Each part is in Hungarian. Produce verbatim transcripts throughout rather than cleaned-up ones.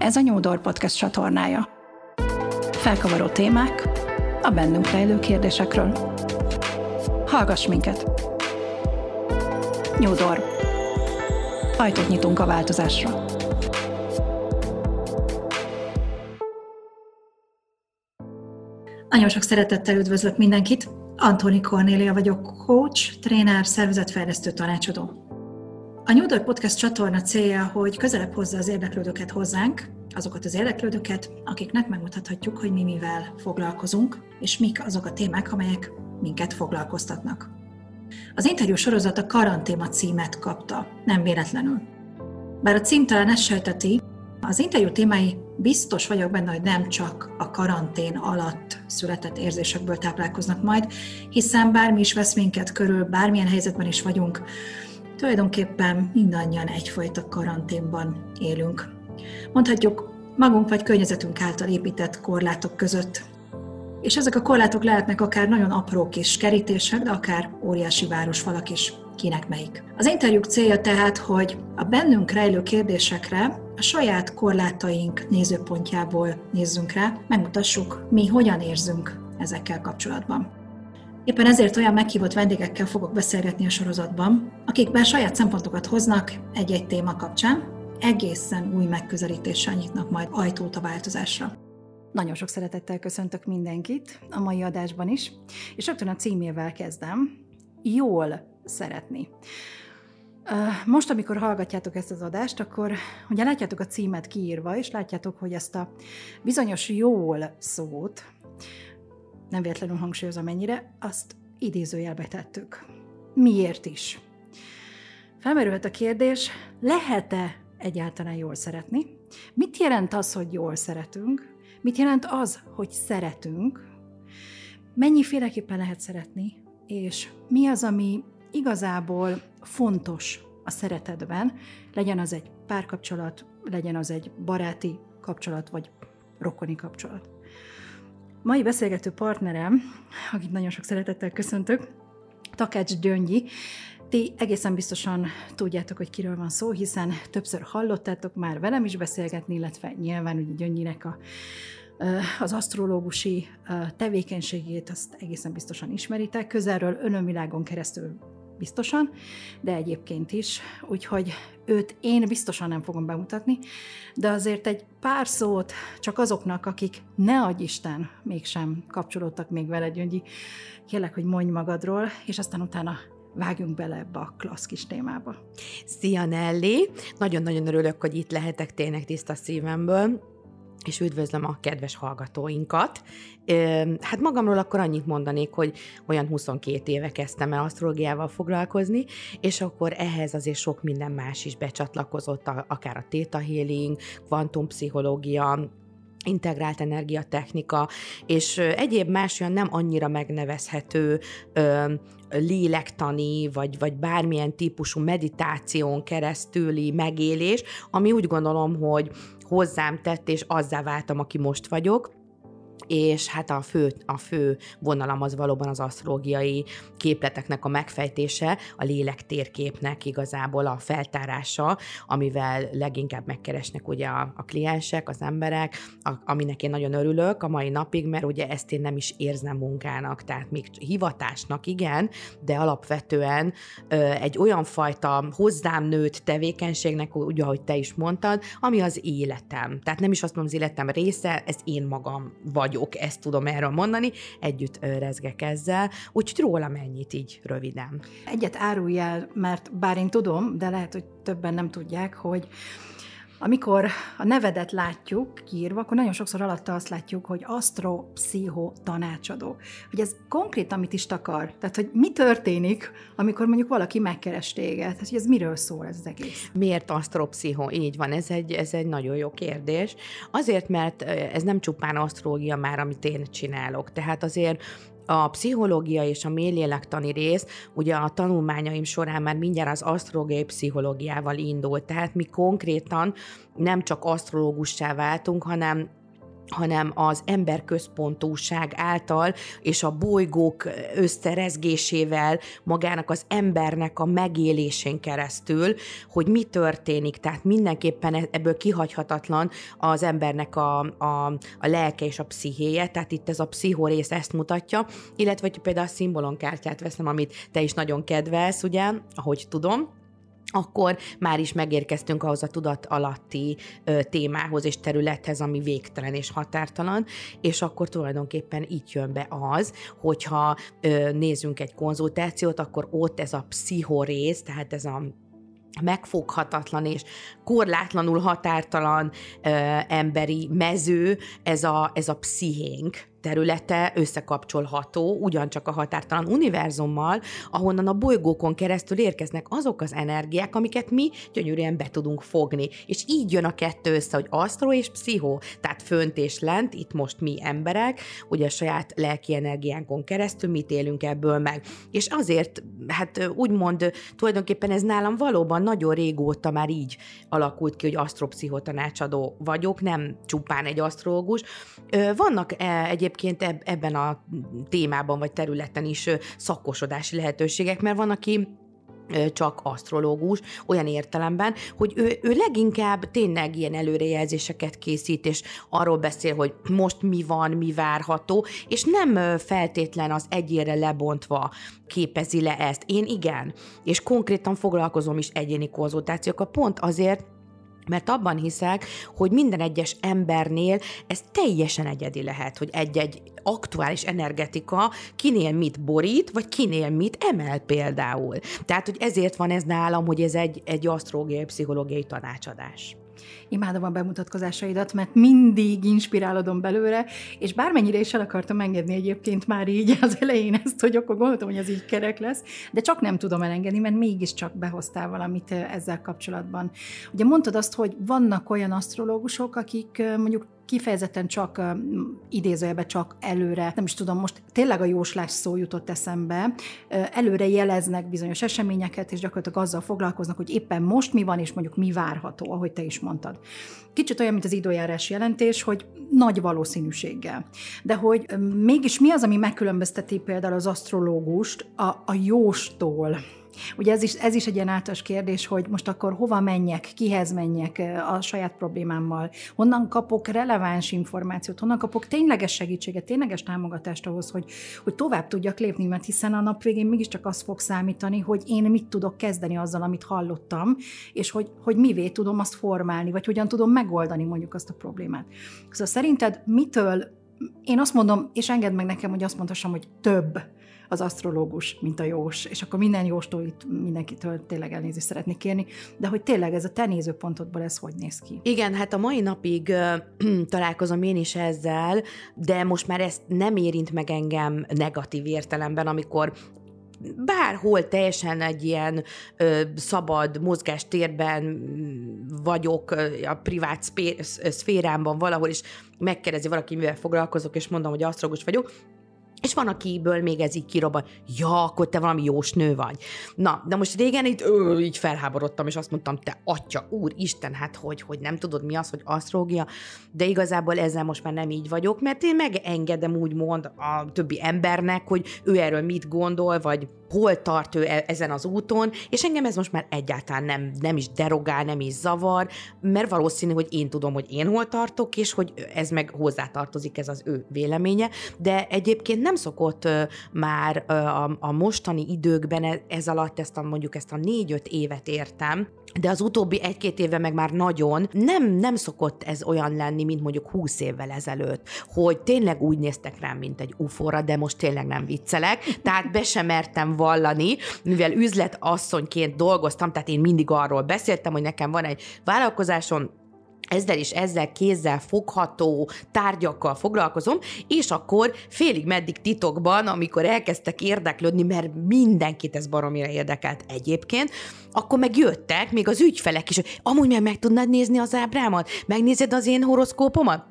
Ez a New Door Podcast csatornája. Felkavaró témák a bennünk rejlő kérdésekről. Hallgass minket! New Door. Ajtót nyitunk a változásra. Nagyon sok szeretettel üdvözlök mindenkit. Antoni Kornélia vagyok, coach, tréner, szervezetfejlesztő tanácsadó. A New Door Podcast csatorna célja, hogy közelebb hozza az érdeklődőket hozzánk, azokat az érdeklődőket, akiknek megmutathatjuk, hogy mi mivel foglalkozunk, és mik azok a témák, amelyek minket foglalkoztatnak. Az interjú sorozat a Karantéma címet kapta, nem véletlenül. Bár a cím talán ezt sejteti, az interjú témái biztos vagyok benne, hogy nem csak a karantén alatt született érzésekből táplálkoznak majd, hiszen bármi is vesz minket körül, bármilyen helyzetben is vagyunk, tulajdonképpen mindannyian egyfajta karanténban élünk. Mondhatjuk, magunk vagy környezetünk által épített korlátok között. És ezek a korlátok lehetnek akár nagyon apró kis kerítések, de akár óriási városfalak is, kinek melyik. Az interjúk célja tehát, hogy a bennünk rejlő kérdésekre a saját korlátaink nézőpontjából nézzünk rá, megmutassuk, mi hogyan érzünk ezekkel kapcsolatban. Éppen ezért olyan meghívott vendégekkel fogok beszélgetni a sorozatban, akik bár saját szempontokat hoznak egy-egy téma kapcsán, egészen új megközelítéssel nyitnak majd ajtót a változásra. Nagyon sok szeretettel köszöntök mindenkit a mai adásban is, és rögtön a címével kezdem. Jól szeretni. Most, amikor hallgatjátok ezt az adást, akkor ugye látjátok a címet kiírva, és látjátok, hogy ezt a bizonyos jól szót, nem véletlenül hangsúlyozom mennyire, azt idézőjelbe tettük. Miért is? Felmerülhet a kérdés, lehet-e egyáltalán jól szeretni? Mit jelent az, hogy jól szeretünk? Mit jelent az, hogy szeretünk? Mennyiféleképpen lehet szeretni? És mi az, ami igazából fontos a szeretetben? Legyen az egy párkapcsolat, legyen az egy baráti kapcsolat, vagy rokoni kapcsolat. Mai beszélgető partnerem, akit nagyon sok szeretettel köszöntök, Takács Gyöngyi. Ti egészen biztosan tudjátok, hogy kiről van szó, hiszen többször hallottátok már velem is beszélgetni, illetve nyilván ugye Gyöngyinek a, az asztrológusi tevékenységét, azt egészen biztosan ismeritek, közelről önönvilágon keresztül biztosan, de egyébként is, úgyhogy őt én biztosan nem fogom bemutatni, de azért egy pár szót csak azoknak, akik ne adj Isten, mégsem kapcsolódtak még vele, Gyöngyi, kérlek, hogy mondj magadról, és aztán utána vágjunk bele ebbe a klassz kis témába. Szia Nelly! Nagyon-nagyon örülök, hogy itt lehetek tényleg tiszta szívemből, és üdvözlöm a kedves hallgatóinkat. Hát magamról akkor annyit mondanék, hogy olyan huszonkét éve kezdtem el asztrológiával foglalkozni, és akkor ehhez azért sok minden más is becsatlakozott, akár a Theta Healing, kvantumpszichológia, integrált energiatechnika, és egyéb más olyan nem annyira megnevezhető ö, lélektani, vagy, vagy bármilyen típusú meditáción keresztüli megélés, ami úgy gondolom, hogy hozzám tett, és azzá váltam, aki most vagyok, és hát a fő, a fő vonalam az valóban az asztrológiai képleteknek a megfejtése, a lélektérképnek igazából a feltárása, amivel leginkább megkeresnek ugye a, a kliensek, az emberek, a, aminek én nagyon örülök a mai napig, mert ugye ezt én nem is érzem munkának, tehát még hivatásnak igen, de alapvetően ö, egy olyan fajta hozzám nőtt tevékenységnek, úgy, ahogy te is mondtad, ami az életem. Tehát nem is azt mondom, az életem része, ez én magam vagyok. Ezt tudom erről mondani, együtt rezgek ezzel, úgyhogy rólam ennyit így röviden. Egyet árulj el, mert bár én tudom, de lehet, hogy többen nem tudják, hogy amikor a nevedet látjuk kiírva, akkor nagyon sokszor alatta azt látjuk, hogy asztropszicho tanácsadó. Hogy ez konkrét, amit is takar. Tehát, hogy mi történik, amikor mondjuk valaki megkeres téged. Tehát, hogy ez miről szól ez az egész? Miért asztropszicho? Így van, ez egy, ez egy nagyon jó kérdés. Azért, mert ez nem csupán asztrológia már, amit én csinálok. Tehát azért a pszichológia és a mélylélektani rész, ugye a tanulmányaim során már mindjárt az asztrológiai pszichológiával indult, tehát mi konkrétan nem csak asztrológussá váltunk, hanem hanem az emberközpontúság által és a bolygók összerezgésével, magának az embernek a megélésén keresztül, hogy mi történik. Tehát mindenképpen ebből kihagyhatatlan az embernek a, a, a lelke és a pszichéje, tehát itt ez a pszichorész ezt mutatja, illetve hogy például a szimbolonkártyát veszem, amit te is nagyon kedvelsz, ugye, ahogy tudom, akkor már is megérkeztünk ahhoz a tudat alatti ö, témához és területhez, ami végtelen és határtalan, és akkor tulajdonképpen itt jön be az, hogyha ö, nézzünk egy konzultációt, akkor ott ez a pszichorész, tehát ez a megfoghatatlan és korlátlanul határtalan ö, emberi mező, ez a, ez a pszichénk területe összekapcsolható ugyancsak a határtalan univerzummal, ahonnan a bolygókon keresztül érkeznek azok az energiák, amiket mi gyönyörűen be tudunk fogni. És így jön a kettő össze, hogy asztro és pszichó, tehát fönt és lent, itt most mi emberek, ugye a saját lelki energiánkon keresztül mit élünk ebből meg. És azért, hát úgymond tulajdonképpen ez nálam valóban nagyon régóta már így alakult ki, hogy asztropszichotanácsadó vagyok, nem csupán egy asztrológus. Vannak egyébként Egyébként ebben a témában vagy területen is szakosodási lehetőségek, mert van, aki csak asztrológus, olyan értelemben, hogy ő, ő leginkább tényleg ilyen előrejelzéseket készít, és arról beszél, hogy most mi van, mi várható, és nem feltétlen az egyére lebontva képezi le ezt. Én igen, és konkrétan foglalkozom is egyéni konzultációkkal, pont azért, mert abban hiszek, hogy minden egyes embernél ez teljesen egyedi lehet, hogy egy-egy aktuális energetika kinél mit borít, vagy kinél mit emel például. Tehát, hogy ezért van ez nálam, hogy ez egy, egy asztrológiai, pszichológiai tanácsadás. Imádom a bemutatkozásaidat, mert mindig inspirálodom belőle, és bármennyire is el akartam engedni egyébként már így az elején ezt, hogy akkor gondoltam, hogy ez így kerek lesz, de csak nem tudom elengedni, mert mégiscsak behoztál valamit ezzel kapcsolatban. Ugye mondtad azt, hogy vannak olyan asztrológusok, akik mondjuk kifejezetten csak uh, idézőjelben csak előre, nem is tudom, most tényleg a jóslás szó jutott eszembe, uh, előre jeleznek bizonyos eseményeket, és gyakorlatilag azzal foglalkoznak, hogy éppen most mi van, és mondjuk mi várható, ahogy te is mondtad. Kicsit olyan, mint az időjárás jelentés, hogy nagy valószínűséggel. De hogy uh, mégis mi az, ami megkülönbözteti például az asztrológust a, a jóstól? Ugye ez is, ez is egy ilyen általános kérdés, hogy most akkor hova menjek, kihez menjek a saját problémámmal, honnan kapok releváns információt, honnan kapok tényleges segítséget, tényleges támogatást ahhoz, hogy, hogy tovább tudjak lépni, mert hiszen a nap végén mégiscsak az fog számítani, hogy én mit tudok kezdeni azzal, amit hallottam, és hogy, hogy mivé tudom azt formálni, vagy hogyan tudom megoldani mondjuk azt a problémát. Szóval szerinted mitől, én azt mondom, és engedd meg nekem, hogy azt mondhassam, hogy több az asztrológus, mint a jós, és akkor minden jóstól itt mindenkitől tényleg elnézést szeretnék kérni, de hogy tényleg ez a te nézőpontodból ez hogy néz ki? Igen, hát a mai napig uh, találkozom én is ezzel, de most már ez nem érint meg engem negatív értelemben, amikor bárhol teljesen egy ilyen ö, szabad mozgástérben vagyok, a privát szpé- szférámban valahol, és megkérdezi valaki, mivel foglalkozok, és mondom, hogy asztrológus vagyok, és van, akiből még ez így kirobban, ja, akkor te valami jós nő vagy. Na, de most régen így, ö, így felháborodtam, és azt mondtam, te atya, úr, Isten, hát hogy, hogy nem tudod mi az, hogy asztrológia, de igazából ezzel most már nem így vagyok, mert én megengedem úgymond a többi embernek, hogy ő erről mit gondol, vagy hol tart ő ezen az úton, és engem ez most már egyáltalán nem, nem is derogál, nem is zavar, mert valószínű, hogy én tudom, hogy én hol tartok, és hogy ez meg hozzátartozik, ez az ő véleménye, de egyébként nem szokott uh, már uh, a, a mostani időkben ez, ez alatt ezt a, mondjuk ezt a négy-öt évet értem, de az utóbbi egy-két éve meg már nagyon nem, nem szokott ez olyan lenni, mint mondjuk húsz évvel ezelőtt, hogy tényleg úgy néztek rám, mint egy ufóra, de most tényleg nem viccelek, tehát be sem mertem vallani, mivel üzletasszonyként dolgoztam, tehát én mindig arról beszéltem, hogy nekem van egy vállalkozásom, ezzel is ezzel kézzel fogható tárgyakkal foglalkozom, és akkor félig meddig titokban, amikor elkezdtek érdeklődni, mert mindenkit ez baromira érdekelt egyébként, akkor meg jöttek még az ügyfelek is, hogy amúgy meg meg tudnád nézni az ábrámat? Megnézed az én horoszkópomat?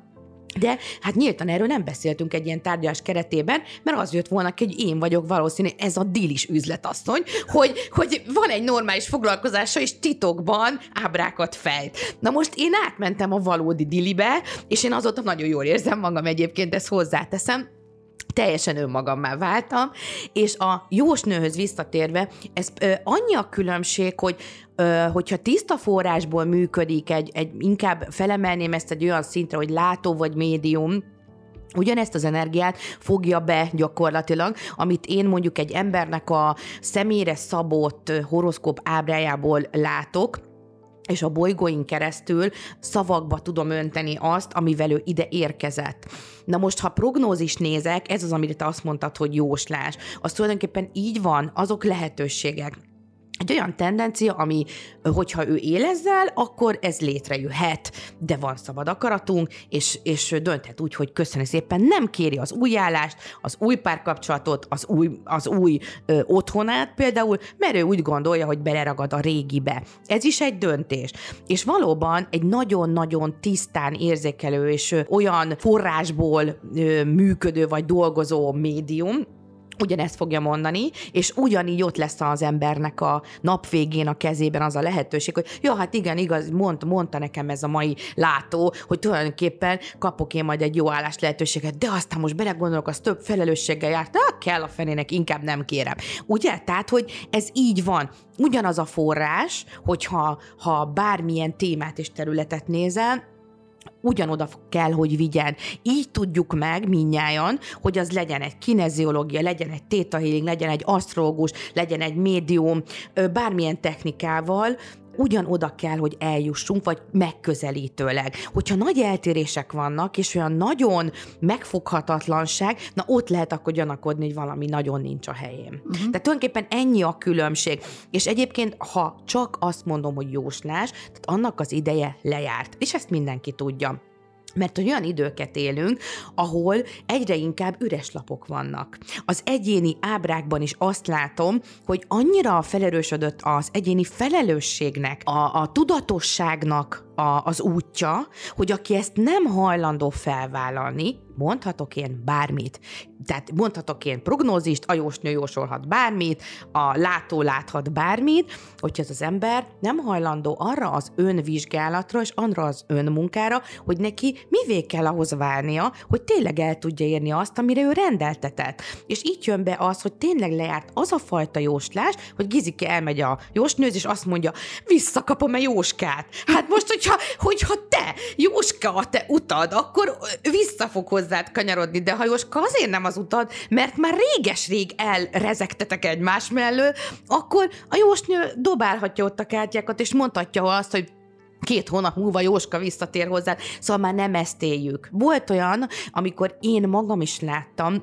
De hát nyíltan erről nem beszéltünk egy ilyen tárgyalás keretében, mert az jött volna ki, hogy én vagyok valószínű, ez a dilis üzletasszony, hogy, hogy van egy normális foglalkozása, és titokban ábrákat fejt. Na most én átmentem a valódi dilibe, és én azóta nagyon jól érzem magam egyébként, ezt hozzáteszem, teljesen önmagammá váltam, és a jósnőhöz visszatérve, ez ö, annyi a különbség, hogy ö, hogyha tiszta forrásból működik, egy, egy, inkább felemelném ezt egy olyan szintre, hogy látó vagy médium, ugyanezt az energiát fogja be gyakorlatilag, amit én mondjuk egy embernek a személyre szabott horoszkóp ábrájából látok, és a bolygóin keresztül szavakba tudom önteni azt, amivel ő ide érkezett. Na most, ha prognózis nézek, ez az, amit te azt mondtad, hogy jóslás. Az tulajdonképpen így van, azok lehetőségek. Egy olyan tendencia, ami, hogyha ő él ezzel, akkor ez létrejöhet, de van szabad akaratunk, és, és dönthet úgy, hogy köszönjük szépen, nem kéri az új állást, az új párkapcsolatot, az új, az új ö, otthonát például, mert ő úgy gondolja, hogy beleragad a régibe. Ez is egy döntés. És valóban egy nagyon-nagyon tisztán érzékelő és ö, olyan forrásból ö, működő vagy dolgozó médium, ugyanezt fogja mondani, és ugyanígy ott lesz az embernek a nap végén a kezében az a lehetőség, hogy ja, hát igen, igaz, mond, mondta nekem ez a mai látó, hogy tulajdonképpen kapok én majd egy jó állás lehetőséget, de aztán most belegondolok, az több felelősséggel járt, de kell a fenének, inkább nem kérem. Ugye? Tehát, hogy ez így van. Ugyanaz a forrás, hogyha ha bármilyen témát és területet nézel, ugyanoda kell, hogy vigyen. Így tudjuk meg mindnyájan, hogy az legyen egy kineziológia, legyen egy theta healing, legyen egy asztrológus, legyen egy médium, bármilyen technikával, ugyanoda kell, hogy eljussunk, vagy megközelítőleg. Hogyha nagy eltérések vannak, és olyan nagyon megfoghatatlanság, na ott lehet akkor gyanakodni, hogy valami nagyon nincs a helyén. Uh-huh. Tehát tulajdonképpen ennyi a különbség. És egyébként, ha csak azt mondom, hogy jóslás, tehát annak az ideje lejárt. És ezt mindenki tudja. Mert olyan időket élünk, ahol egyre inkább üres lapok vannak. Az egyéni ábrákban is azt látom, hogy annyira felerősödött az egyéni felelősségnek, a, a tudatosságnak a, az útja, hogy aki ezt nem hajlandó felvállalni, mondhatok én bármit. Tehát mondhatok én prognózist, a jósnő jósolhat bármit, a látó láthat bármit, hogyha ez az ember nem hajlandó arra az önvizsgálatra és arra az önmunkára, hogy neki mivé kell ahhoz várnia, hogy tényleg el tudja érni azt, amire ő rendeltetett. És így jön be az, hogy tényleg lejárt az a fajta jóslás, hogy Gizike elmegy a jósnőz, és azt mondja, visszakapom-e Jóskát? Hát most, hogyha, hogyha te, Jóska, a te utad, akkor vissza fog hozzád kanyarodni, de ha Jóska azért nem az utad, mert már réges-rég elrezegtetek egymás mellől, akkor a jósnő dobálhatja ott a kártyákat, és mondhatja azt, hogy két hónap múlva Jóska visszatér hozzá, szóval már nem ezt éljük. Volt olyan, amikor én magam is láttam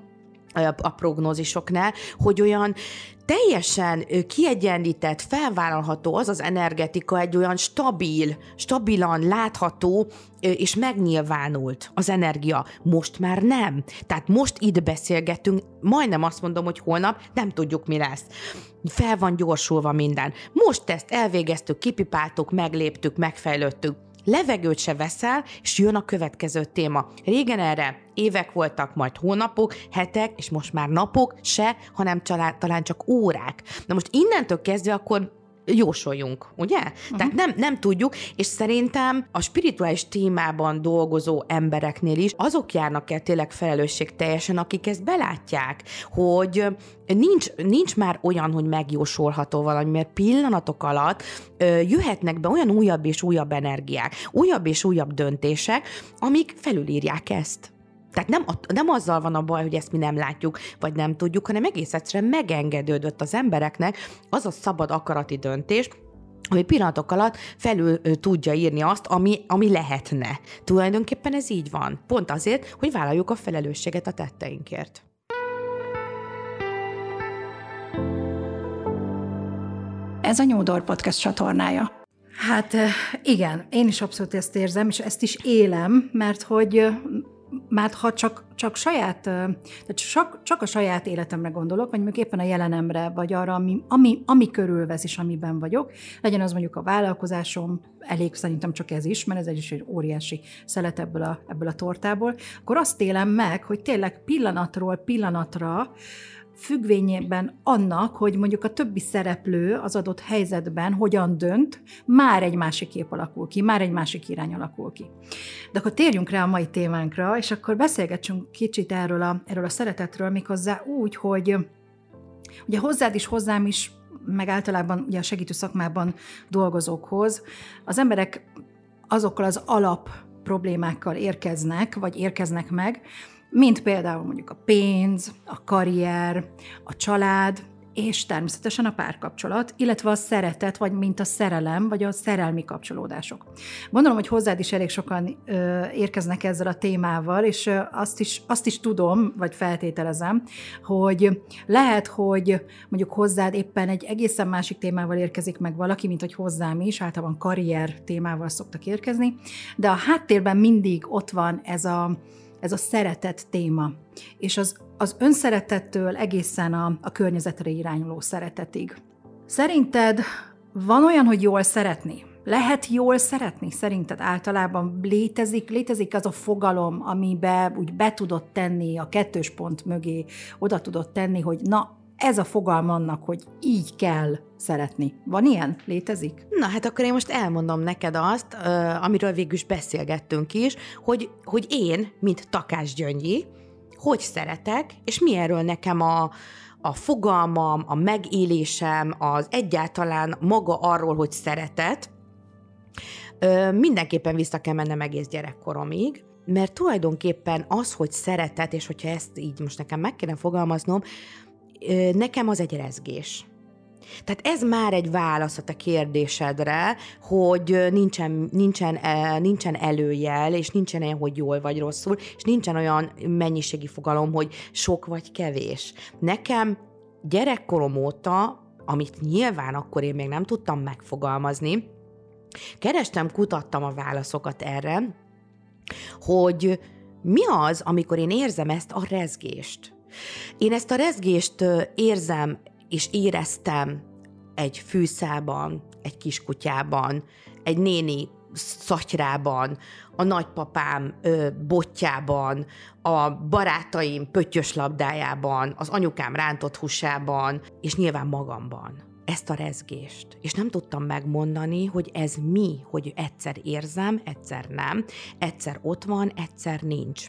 a prognózisoknál, hogy olyan teljesen kiegyenlített, felvállalható az az energetika, egy olyan stabil, stabilan látható és megnyilvánult az energia. Most már nem. Tehát most itt beszélgetünk, majdnem azt mondom, hogy holnap nem tudjuk, mi lesz. Fel van gyorsulva minden. Most ezt elvégeztük, kipipáltuk, megléptük, megfejlődtük. Levegőt se veszel, és jön a következő téma. Régen erre évek voltak, majd hónapok, hetek, és most már napok se, hanem család, talán csak órák. Na most innentől kezdve akkor jósoljunk, ugye? Uh-huh. Tehát nem, nem tudjuk, és szerintem a spirituális témában dolgozó embereknél is azok járnak el tényleg felelősség teljesen, akik ezt belátják, hogy nincs, nincs már olyan, hogy megjósolható valami, mert pillanatok alatt ö, jöhetnek be olyan újabb és újabb energiák, újabb és újabb döntések, amik felülírják ezt. Tehát nem, nem azzal van a baj, hogy ezt mi nem látjuk, vagy nem tudjuk, hanem egész egyszerűen megengedődött az embereknek az a szabad akarati döntés, ami pillanatok alatt felül tudja írni azt, ami, ami lehetne. Tulajdonképpen ez így van. Pont azért, hogy vállaljuk a felelősséget a tetteinkért. Ez a New Door Podcast csatornája. Hát igen, én is abszolút ezt érzem, és ezt is élem, mert hogy már ha csak, csak saját, tehát csak, csak a saját életemre gondolok, vagy mondjuk éppen a jelenemre, vagy arra, ami, ami, ami körülvesz és amiben vagyok, legyen az mondjuk a vállalkozásom, elég szerintem csak ez is, mert ez is egy óriási szelet ebből a, ebből a tortából, akkor azt élem meg, hogy tényleg pillanatról pillanatra függvényében annak, hogy mondjuk a többi szereplő az adott helyzetben hogyan dönt, már egy másik kép alakul ki, már egy másik irány alakul ki. De akkor térjünk rá a mai témánkra, és akkor beszélgessünk kicsit erről a, erről a szeretetről, méghozzá úgy, hogy ugye hozzád is, hozzám is, meg általában ugye a segítő szakmában dolgozókhoz, az emberek azokkal az alap problémákkal érkeznek, vagy érkeznek meg, mint például mondjuk a pénz, a karrier, a család, és természetesen a párkapcsolat, illetve a szeretet, vagy mint a szerelem, vagy a szerelmi kapcsolódások. Gondolom, hogy hozzád is elég sokan ö, érkeznek ezzel a témával, és ö, azt, is, azt is tudom, vagy feltételezem, hogy lehet, hogy mondjuk hozzád éppen egy egészen másik témával érkezik meg valaki, mint hogy hozzám is, általában karrier témával szoktak érkezni, de a háttérben mindig ott van ez a ez a szeretet téma, és az, az önszeretettől egészen a, a környezetre irányuló szeretetig. Szerinted van olyan, hogy jól szeretni? Lehet jól szeretni? Szerinted általában létezik, létezik az a fogalom, amibe úgy be tudod tenni a kettős pont mögé, oda tudod tenni, hogy na, ez a fogalma annak, hogy így kell szeretni. Van ilyen? Létezik? Na, hát akkor én most elmondom neked azt, amiről végül is beszélgettünk is, hogy, hogy én, mint Takás Gyöngyi, hogy szeretek, és mi erről nekem a, a fogalmam, a megélésem, az egyáltalán maga arról, hogy szeretet, mindenképpen vissza kell mennem egész gyerekkoromig, mert tulajdonképpen az, hogy szeretet, és hogyha ezt így most nekem meg kéne fogalmaznom, nekem az egy rezgés. Tehát ez már egy válasz a te kérdésedre, hogy nincsen, nincsen, nincsen előjel, és nincsen olyan, hogy jól vagy rosszul, és nincsen olyan mennyiségi fogalom, hogy sok vagy kevés. Nekem gyerekkorom óta, amit nyilván akkor én még nem tudtam megfogalmazni, kerestem, kutattam a válaszokat erre, hogy mi az, amikor én érzem ezt a rezgést. Én ezt a rezgést érzem és éreztem egy fűszában, egy kiskutyában, egy néni szatyrában, a nagypapám ö, botjában, a barátaim pöttyös labdájában, az anyukám rántott húsában, és nyilván magamban. Ezt a rezgést. És nem tudtam megmondani, hogy ez mi, hogy egyszer érzem, egyszer nem, egyszer ott van, egyszer nincs.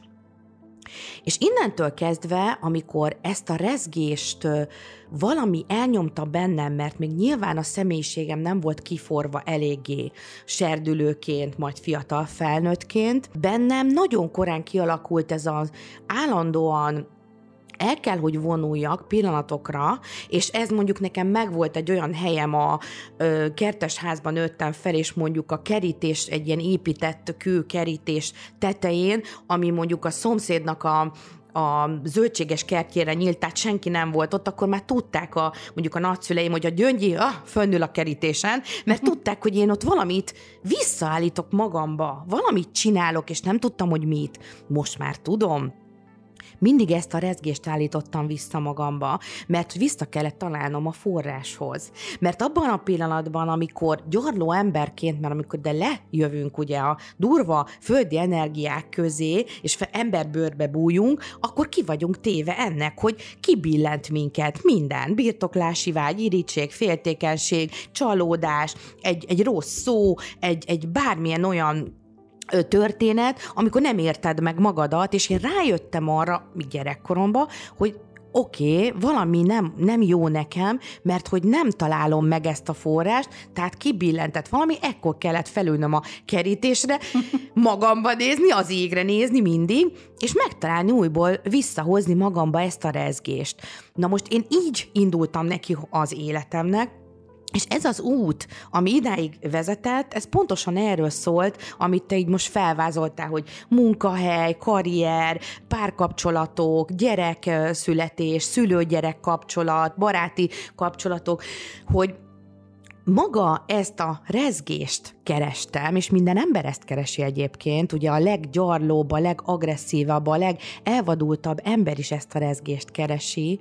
És innentől kezdve, amikor ezt a rezgést valami elnyomta bennem, mert még nyilván a személyiségem nem volt kiforva eléggé serdülőként, majd fiatal felnőttként, bennem nagyon korán kialakult ez az állandóan el kell, hogy vonuljak pillanatokra, és ez mondjuk nekem megvolt egy olyan helyem, a ö, kertesházban nőttem fel, és mondjuk a kerítés, egy ilyen épített kőkerítés tetején, ami mondjuk a szomszédnak a a zöldséges kertjére nyílt, tehát senki nem volt ott, akkor már tudták a, mondjuk a nagyszüleim, hogy a Gyöngyi ah, fönnül a kerítésen, mert tudták, hogy én ott valamit visszaállítok magamba, valamit csinálok, és nem tudtam, hogy mit. Most már tudom. Mindig ezt a rezgést állítottam vissza magamba, mert vissza kellett találnom a forráshoz. Mert abban a pillanatban, amikor gyarló emberként, mert amikor de lejövünk ugye a durva földi energiák közé, és emberbőrbe bújunk, akkor ki vagyunk téve ennek, hogy kibillent minket minden. Birtoklási vágy, irítség, féltékenység, csalódás, egy, egy rossz szó, egy, egy bármilyen olyan történet, amikor nem érted meg magadat, és én rájöttem arra, még gyerekkoromban, hogy oké, okay, valami nem, nem jó nekem, mert hogy nem találom meg ezt a forrást, tehát kibillentett valami, ekkor kellett felülnöm a kerítésre, magamba nézni, az égre nézni mindig, és megtalálni újból, visszahozni magamba ezt a rezgést. Na most én így indultam neki az életemnek, és ez az út, ami idáig vezetett, ez pontosan erről szólt, amit te így most felvázoltál, hogy munkahely, karrier, párkapcsolatok, gyerekszületés, szülő-gyerek kapcsolat, baráti kapcsolatok, hogy maga ezt a rezgést kerestem, és minden ember ezt keresi egyébként, ugye a leggyarlóbb, a legagresszívabb, a legelvadultabb ember is ezt a rezgést keresi,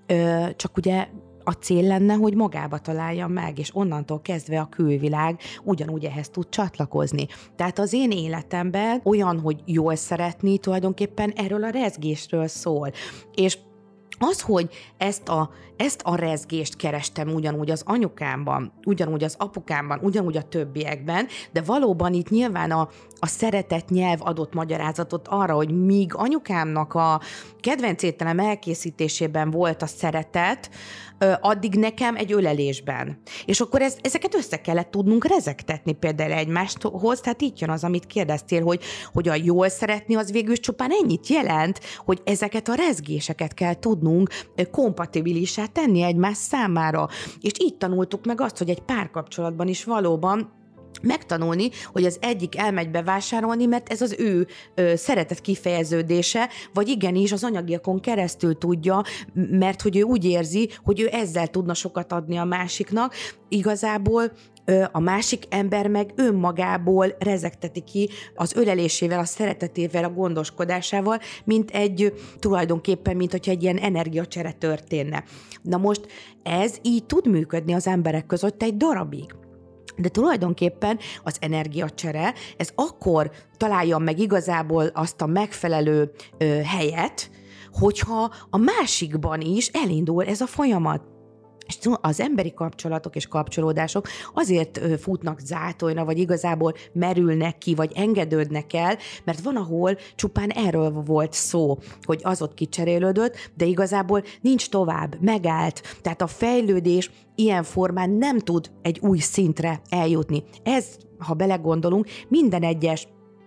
csak ugye a cél lenne, hogy magába találja meg, és onnantól kezdve a külvilág ugyanúgy ehhez tud csatlakozni. Tehát az én életemben olyan, hogy jól szeretni, tulajdonképpen erről a rezgésről szól. És az, hogy ezt a, ezt a rezgést kerestem ugyanúgy az anyukámban, ugyanúgy az apukámban, ugyanúgy a többiekben, de valóban itt nyilván a, a szeretett nyelv adott magyarázatot arra, hogy míg anyukámnak a kedvenc ételem elkészítésében volt a szeretet, addig nekem egy ölelésben. És akkor ez, ezeket össze kellett tudnunk rezegtetni például egymáshoz, tehát így jön az, amit kérdeztél, hogy, hogy a jól szeretni az végül csupán ennyit jelent, hogy ezeket a rezgéseket kell tudnunk kompatibilissá tenni egymás számára. És így tanultuk meg azt, hogy egy párkapcsolatban is valóban megtanulni, hogy az egyik elmegy bevásárolni, mert ez az ő ö, szeretet kifejeződése, vagy igenis az anyagiakon keresztül tudja, mert hogy ő úgy érzi, hogy ő ezzel tudna sokat adni a másiknak. Igazából ö, a másik ember meg önmagából rezegteti ki az ölelésével, a szeretetével, a gondoskodásával, mint egy tulajdonképpen, mint hogyha egy ilyen energiacsere történne. Na most ez így tud működni az emberek között egy darabig. De tulajdonképpen az energiacsere, ez akkor találja meg igazából azt a megfelelő ö, helyet, hogyha a másikban is elindul ez a folyamat. És az emberi kapcsolatok és kapcsolódások azért futnak zátonyra, vagy igazából merülnek ki, vagy engedődnek el, mert van, ahol csupán erről volt szó, hogy az ott kicserélődött, de igazából nincs tovább, megállt. Tehát a fejlődés ilyen formán nem tud egy új szintre eljutni. Ez, ha belegondolunk, minden egyes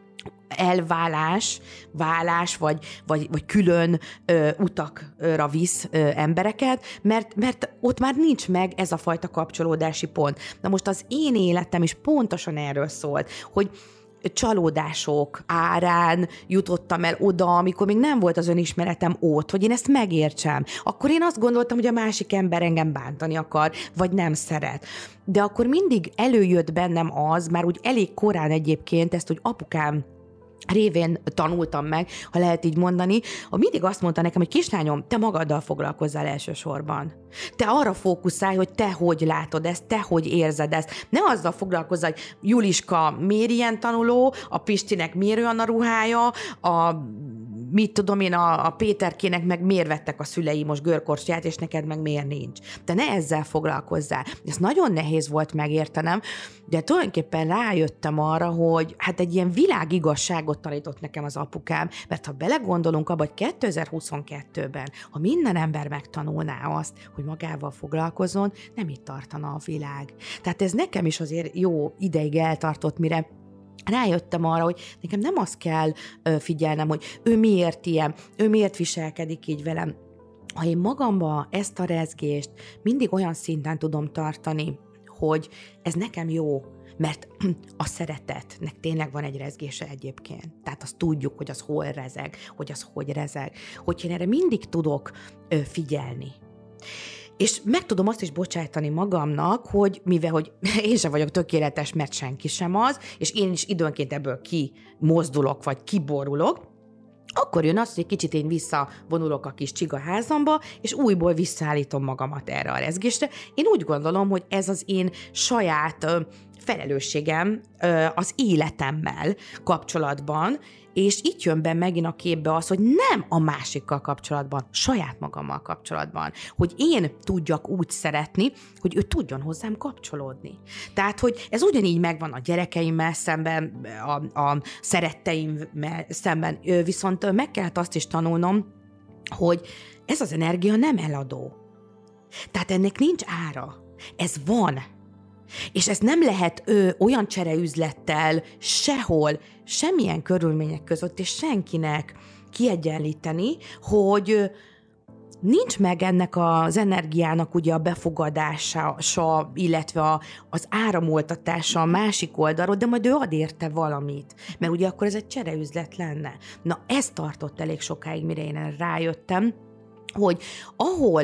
elválás, válás, vagy, vagy, vagy külön ö, utakra visz ö, embereket, mert, mert ott már nincs meg ez a fajta kapcsolódási pont. Na most az én életem is pontosan erről szólt, hogy csalódások árán jutottam el oda, amikor még nem volt az önismeretem ott, hogy én ezt megértsem. Akkor én azt gondoltam, hogy a másik ember engem bántani akar, vagy nem szeret. De akkor mindig előjött bennem az, már úgy elég korán egyébként ezt, hogy apukám révén tanultam meg, ha lehet így mondani, hogy mindig azt mondta nekem, hogy kislányom, te magaddal foglalkozzál elsősorban. Te arra fókuszálj, hogy te hogy látod ezt, te hogy érzed ezt. Ne azzal foglalkozzál, hogy Juliska miért ilyen tanuló, a Pistinek miért olyan a ruhája, a mit tudom én, a, a Péterkének meg miért vettek a szülei most görkorcsját, és neked meg miért nincs. Te ne ezzel foglalkozzál. Ez nagyon nehéz volt megértenem, de tulajdonképpen rájöttem arra, hogy hát egy ilyen világigazságot tanított nekem az apukám, mert ha belegondolunk abba, hogy kétezer-huszonkettőben, ha minden ember megtanulná azt, hogy magával foglalkozzon, nem itt tartana a világ. Tehát ez nekem is azért jó ideig eltartott, mire rájöttem arra, hogy nekem nem azt kell figyelnem, hogy ő miért ilyen, ő miért viselkedik így velem. Ha én magamba ezt a rezgést mindig olyan szinten tudom tartani, hogy ez nekem jó, mert a szeretetnek tényleg van egy rezgése egyébként. Tehát azt tudjuk, hogy az hol rezeg, hogy az hogy rezeg. Hogy én erre mindig tudok figyelni. És meg tudom azt is bocsájtani magamnak, hogy mivel, hogy én sem vagyok tökéletes, mert senki sem az, és én is időnként ebből kimozdulok, vagy kiborulok, akkor jön az, hogy egy kicsit én visszavonulok a kis csigaházamba, és újból visszaállítom magamat erre a rezgésre. Én úgy gondolom, hogy ez az én saját ö, felelősségem ö, az életemmel kapcsolatban, és itt jön be megint a képbe az, hogy nem a másikkal kapcsolatban, saját magammal kapcsolatban, hogy én tudjak úgy szeretni, hogy ő tudjon hozzám kapcsolódni. Tehát, hogy ez ugyanígy megvan a gyerekeimmel szemben, a, a szeretteimmel szemben, viszont meg kellett azt is tanulnom, hogy ez az energia nem eladó. Tehát ennek nincs ára. Ez van. És ezt nem lehet ö, olyan csereüzlettel sehol, semmilyen körülmények között, és senkinek kiegyenlíteni, hogy ö, nincs meg ennek az energiának ugye a befogadása, illetve a, az áramoltatása a másik oldalról, de majd ő ad érte valamit, mert ugye akkor ez egy csereüzlet lenne. Na, ez tartott elég sokáig, mire én rájöttem, hogy ahol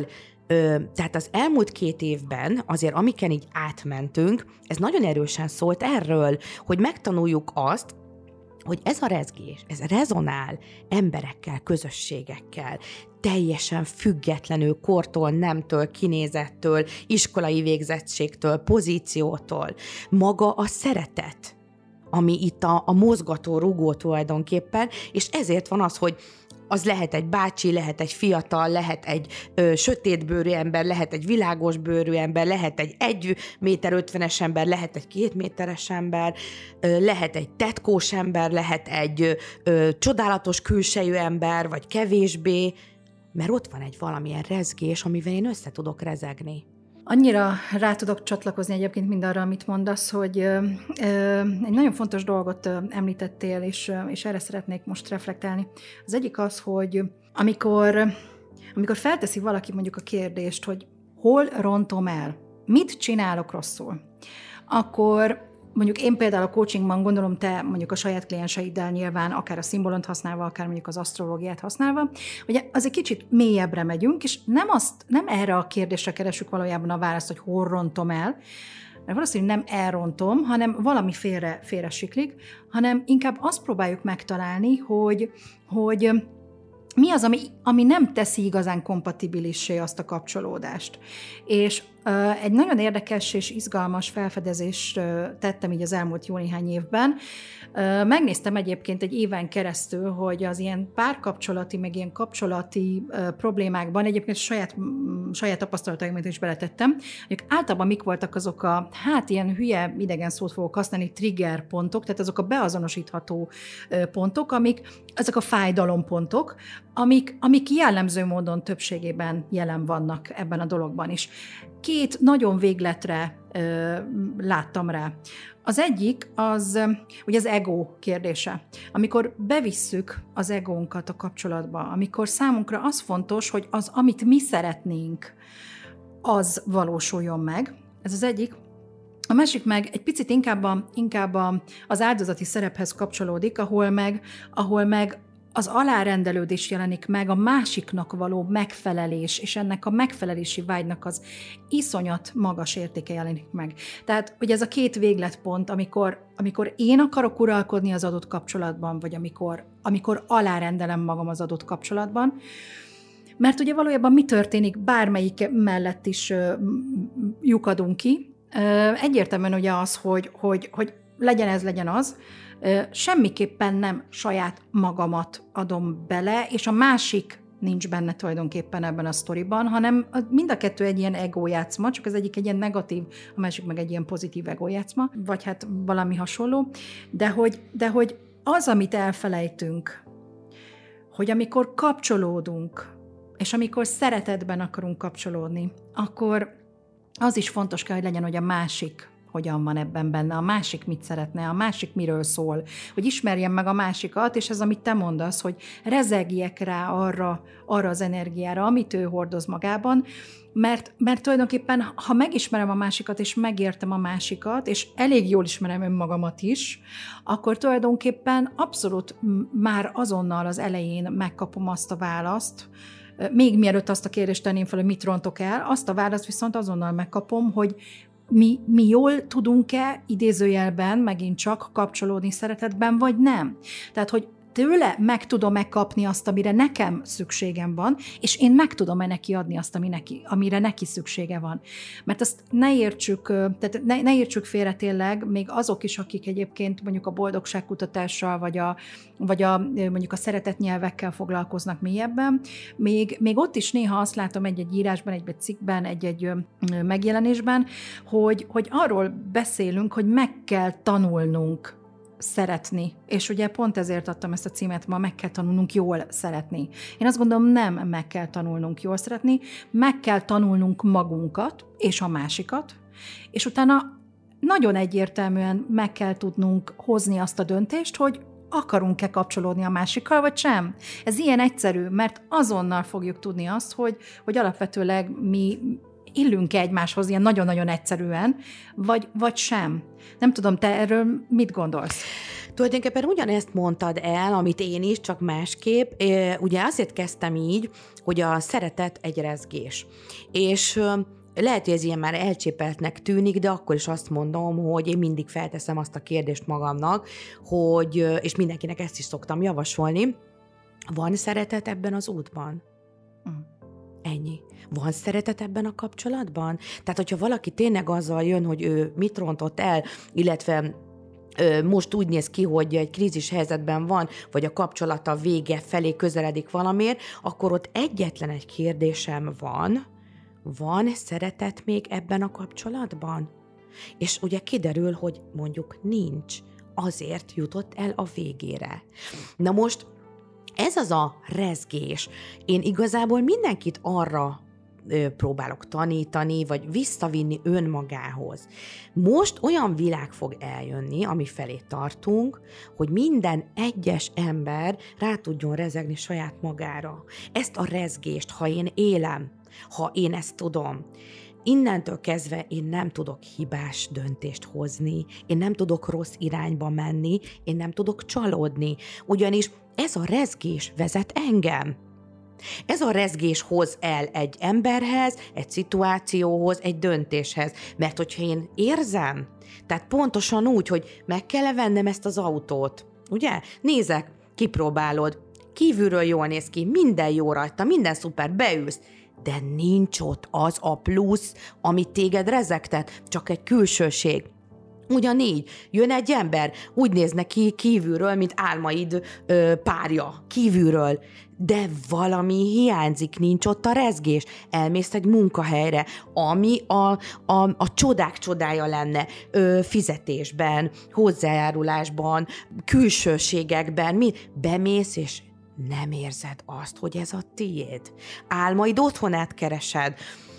Tehát az elmúlt két évben azért, amiken így átmentünk, ez nagyon erősen szólt erről, hogy megtanuljuk azt, hogy ez a rezgés, ez rezonál emberekkel, közösségekkel, teljesen függetlenül kortól, nemtől, kinézettől, iskolai végzettségtől, pozíciótól. Maga a szeretet, ami itt a, a mozgató rugó tulajdonképpen, és ezért van az, hogy az lehet egy bácsi, lehet egy fiatal, lehet egy ö, sötétbőrű ember, lehet egy világosbőrű ember, lehet egy egy méter ötvenes ember, lehet egy két méteres ember, ö, lehet egy tetkós ember, lehet egy ö, csodálatos külsejű ember, vagy kevésbé, mert ott van egy valamilyen rezgés, amivel én össze tudok rezegni. Annyira rá tudok csatlakozni egyébként mindarra, amit mondasz, hogy ö, ö, egy nagyon fontos dolgot ö, említettél, és, ö, és erre szeretnék most reflektálni. Az egyik az, hogy amikor, amikor felteszi valaki mondjuk a kérdést, hogy hol rontom el, mit csinálok rosszul, akkor mondjuk én például a coachingban, gondolom te mondjuk a saját klienseiddel nyilván, akár a szimbolont használva, akár mondjuk az asztrológiát használva, ugye az egy kicsit mélyebbre megyünk, és nem, azt, nem erre a kérdésre keresünk valójában a választ, hogy hol rontom el, mert valószínűleg nem elrontom, hanem valami félre, félre siklik, hanem inkább azt próbáljuk megtalálni, hogy, hogy mi az, ami, ami nem teszi igazán kompatibilissé azt a kapcsolódást. És uh, egy nagyon érdekes és izgalmas felfedezést uh, tettem így az elmúlt jó néhány évben. Uh, megnéztem egyébként egy éven keresztül, hogy az ilyen párkapcsolati, meg ilyen kapcsolati uh, problémákban, egyébként saját, m- saját tapasztalataimat is beletettem, hogy általában mik voltak azok a, hát ilyen hülye idegen szót fogok használni, trigger pontok, tehát azok a beazonosítható uh, pontok, amik, ezek a fájdalompontok, amik, amik jellemző módon többségében jelen vannak ebben a dologban is. Két nagyon végletre ö, láttam rá. Az egyik az ugye az ego kérdése. Amikor bevisszük az egónkat a kapcsolatba, amikor számunkra az fontos, hogy az, amit mi szeretnénk, az valósuljon meg. Ez az egyik. A másik meg egy picit inkább, a, inkább a, az áldozati szerephez kapcsolódik, ahol meg, ahol meg az alárendelődés jelenik meg, a másiknak való megfelelés, és ennek a megfelelési vágynak az iszonyat magas értéke jelenik meg. Tehát, hogy ez a két végletpont, amikor, amikor én akarok uralkodni az adott kapcsolatban, vagy amikor, amikor alárendelem magam az adott kapcsolatban, mert ugye valójában mi történik, bármelyik mellett is uh, lyukadunk ki. Uh, egyértelműen ugye az, hogy, hogy, hogy legyen ez, legyen az, semmiképpen nem saját magamat adom bele, és a másik nincs benne tulajdonképpen ebben a sztoriban, hanem mind a kettő egy ilyen egójátszma, csak az egyik egy ilyen negatív, a másik meg egy ilyen pozitív egójátszma, vagy hát valami hasonló, de hogy, de hogy az, amit elfelejtünk, hogy amikor kapcsolódunk, és amikor szeretetben akarunk kapcsolódni, akkor az is fontos kell, hogy legyen, hogy a másik hogyan van ebben benne, a másik mit szeretne, a másik miről szól, hogy ismerjem meg a másikat, és ez, amit te mondasz, hogy rezegjek rá arra, arra az energiára, amit ő hordoz magában, mert, mert tulajdonképpen, ha megismerem a másikat, és megértem a másikat, és elég jól ismerem önmagamat is, akkor tulajdonképpen abszolút már azonnal az elején megkapom azt a választ, még mielőtt azt a kérdést tenném fel, hogy mit rontok el, azt a választ viszont azonnal megkapom, hogy Mi, mi jól tudunk-e idézőjelben megint csak kapcsolódni szeretetben, vagy nem. Tehát, hogy tőle meg tudom-e kapni azt, amire nekem szükségem van, és én meg tudom-e neki adni azt, ami neki, amire neki szüksége van. Mert azt ne értsük, tehát ne, ne értsük félre tényleg, még azok is, akik egyébként mondjuk a boldogságkutatással, vagy a, vagy a, mondjuk a szeretetnyelvekkel foglalkoznak mélyebben, még, még ott is néha azt látom egy-egy írásban, egy-egy cikkben, egy-egy megjelenésben, hogy, hogy arról beszélünk, hogy meg kell tanulnunk szeretni. És ugye pont ezért adtam ezt a címet ma, meg kell tanulnunk jól szeretni. Én azt gondolom, nem meg kell tanulnunk jól szeretni, meg kell tanulnunk magunkat és a másikat, és utána nagyon egyértelműen meg kell tudnunk hozni azt a döntést, hogy akarunk-e kapcsolódni a másikkal, vagy sem. Ez ilyen egyszerű, mert azonnal fogjuk tudni azt, hogy, hogy alapvetőleg mi illünk-e egymáshoz ilyen nagyon-nagyon egyszerűen, vagy, vagy sem. Nem tudom, te erről mit gondolsz? Tulajdonképpen ugyanezt mondtad el, amit én is, csak másképp. Ugye azért kezdtem így, hogy a szeretet egy rezgés. És lehet, hogy ez ilyen már elcsépeltnek tűnik, de akkor is azt mondom, hogy én mindig felteszem azt a kérdést magamnak, hogy, és mindenkinek ezt is szoktam javasolni, van szeretet ebben az útban? Mm. Ennyi. Van szeretet ebben a kapcsolatban? Tehát, hogyha valaki tényleg azzal jön, hogy ő mit rontott el, illetve ö, most úgy néz ki, hogy egy krízis helyzetben van, vagy a kapcsolata vége felé közeledik valamiért, akkor ott egyetlen egy kérdésem van, van szeretet még ebben a kapcsolatban? És ugye kiderül, hogy mondjuk nincs. Azért jutott el a végére. Na most ez az a rezgés. Én igazából mindenkit arra ö, próbálok tanítani, vagy visszavinni önmagához. Most olyan világ fog eljönni, ami felé tartunk, hogy minden egyes ember rá tudjon rezegni saját magára. Ezt a rezgést, ha én élem, ha én ezt tudom, innentől kezdve én nem tudok hibás döntést hozni, én nem tudok rossz irányba menni, én nem tudok csalódni, ugyanis ez a rezgés vezet engem. Ez a rezgés hoz el egy emberhez, egy szituációhoz, egy döntéshez, mert hogyha én érzem, tehát pontosan úgy, hogy meg kell vennem ezt az autót, ugye? Nézek, kipróbálod, kívülről jól néz ki, minden jó rajta, minden szuper, beülsz, de nincs ott az a plusz, amit téged rezegtet, csak egy külsőség. Ugyanígy jön egy ember, úgy néz neki kívülről, mint álmaid ö, párja, kívülről, de valami hiányzik, nincs ott a rezgés. Elmész egy munkahelyre, ami a, a, a csodák csodája lenne, ö, fizetésben, hozzájárulásban, külsőségekben, mi? Bemész és nem érzed azt, hogy ez a tiéd. Álmaid otthonát keresed.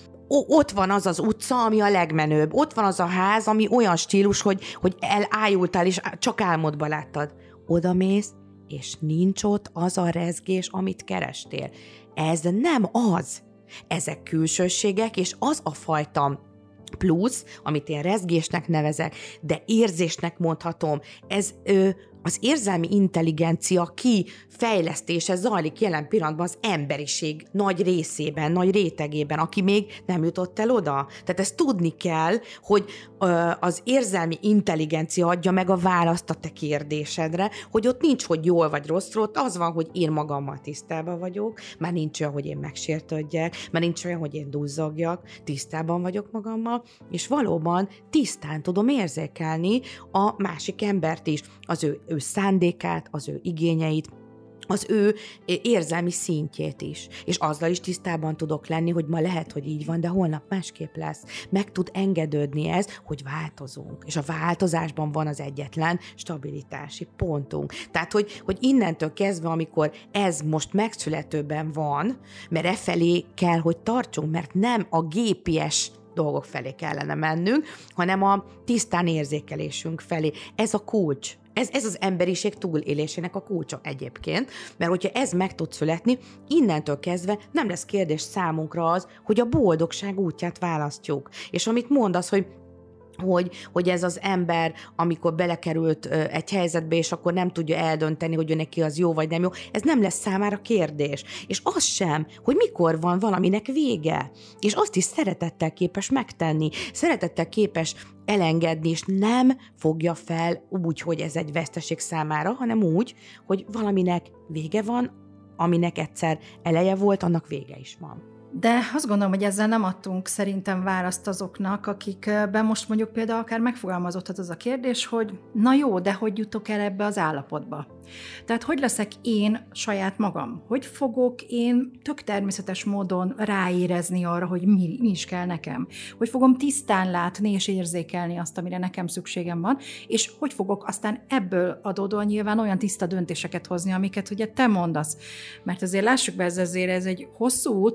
O- ott van az az utca, ami a legmenőbb. Ott van az a ház, ami olyan stílus, hogy, hogy elájultál, és csak álmodba láttad. Oda mész, és nincs ott az a rezgés, amit kerestél. Ez nem az. Ezek külsőségek, és az a fajta plusz, amit én rezgésnek nevezek, de érzésnek mondhatom, ez ö, az érzelmi intelligencia kifejlesztése zajlik jelen pillanatban az emberiség nagy részében, nagy rétegében, aki még nem jutott el oda. Tehát ezt tudni kell, hogy ö, az érzelmi intelligencia adja meg a választ a te kérdésedre, hogy ott nincs, hogy jól vagy rosszról, ott az van, hogy én magammal tisztában vagyok, már nincs olyan, hogy én megsértődjek, már nincs olyan, hogy én duzzogjak, tisztában vagyok magammal, és valóban tisztán tudom érzékelni a másik embert is, az ő, ő szándékát, az ő igényeit, az ő érzelmi szintjét is. És azzal is tisztában tudok lenni, hogy ma lehet, hogy így van, de holnap másképp lesz. Meg tud engedődni ez, hogy változunk. És a változásban van az egyetlen stabilitási pontunk. Tehát, hogy, hogy innentől kezdve, amikor ez most megszületőben van, mert e felé kell, hogy tartsunk, mert nem a gépies dolgok felé kellene mennünk, hanem a tisztán érzékelésünk felé. Ez a kulcs. Ez, ez az emberiség túlélésének a kulcsa egyébként, mert hogyha ez meg tud születni, innentől kezdve nem lesz kérdés számunkra az, hogy a boldogság útját választjuk. És amit mondasz, hogy Hogy, hogy ez az ember, amikor belekerült egy helyzetbe, és akkor nem tudja eldönteni, hogy ő neki az jó vagy nem jó, ez nem lesz számára kérdés. És az sem, hogy mikor van valaminek vége. És azt is szeretettel képes megtenni, szeretettel képes elengedni, és nem fogja fel úgy, hogy ez egy veszteség számára, hanem úgy, hogy valaminek vége van, aminek egyszer eleje volt, annak vége is van. De azt gondolom, hogy ezzel nem adtunk szerintem választ azoknak, akikben most mondjuk például akár megfogalmazódhat az a kérdés, hogy na jó, de hogy jutok el ebbe az állapotba? Tehát hogy leszek én saját magam? Hogy fogok én tök természetes módon ráérezni arra, hogy mi, mi is kell nekem? Hogy fogom tisztán látni és érzékelni azt, amire nekem szükségem van, és hogy fogok aztán ebből adódóan nyilván olyan tiszta döntéseket hozni, amiket ugye te mondasz. Mert azért lássuk be, ez azért ez egy hosszú út, és még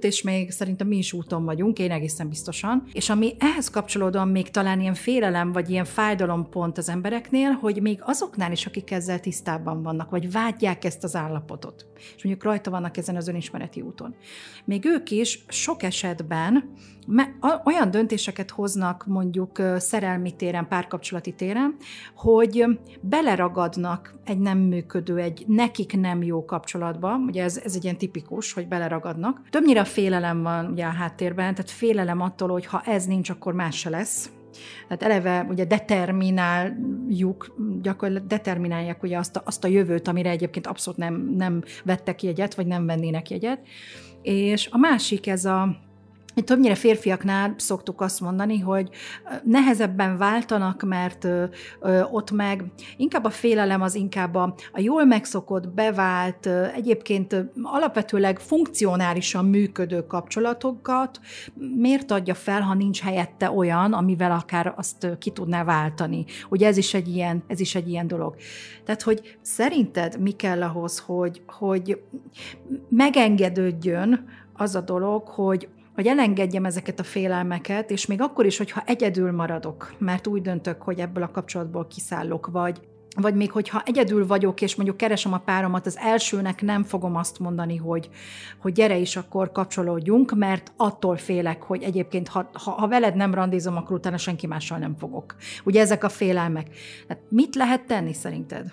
még szerintem mi is úton vagyunk, én egészen biztosan. És ami ehhez kapcsolódóan még talán ilyen félelem, vagy ilyen fájdalompont az embereknél, hogy még azoknál is, akik ezzel tisztában vannak, vagy vágyják ezt az állapotot, és mondjuk rajta vannak ezen az önismereti úton. Még ők is sok esetben olyan döntéseket hoznak mondjuk szerelmi téren, párkapcsolati téren, hogy beleragadnak egy nem működő, egy nekik nem jó kapcsolatba, ugye ez, ez egy ilyen tipikus, hogy beleragadnak. Többnyire a félelem van ugye a háttérben, tehát félelem attól, hogy ha ez nincs, akkor más se lesz. Tehát eleve ugye determináljuk, gyakorlatilag determinálják ugye azt a, azt a jövőt, amire egyébként abszolút nem, nem vettek jegyet, vagy nem vennének jegyet. És a másik ez a többnyire férfiaknál szoktuk azt mondani, hogy nehezebben váltanak, mert ö, ö, ott meg inkább a félelem az inkább a, a jól megszokott, bevált, ö, egyébként ö, alapvetőleg funkcionálisan működő kapcsolatokat miért adja fel, ha nincs helyette olyan, amivel akár azt ö, ki tudná váltani. Ugye ez is egy ilyen, ez is egy ilyen dolog. Tehát, hogy szerinted mi kell ahhoz, hogy, hogy megengedődjön az a dolog, hogy hogy elengedjem ezeket a félelmeket, és még akkor is, hogyha egyedül maradok, mert úgy döntök, hogy ebből a kapcsolatból kiszállok, vagy, vagy még hogyha egyedül vagyok, és mondjuk keresem a páromat, az elsőnek nem fogom azt mondani, hogy, hogy gyere is, akkor kapcsolódjunk, mert attól félek, hogy egyébként ha, ha, ha veled nem randizom, akkor utána senki mással nem fogok. Ugye ezek a félelmek. Hát mit lehet tenni szerinted?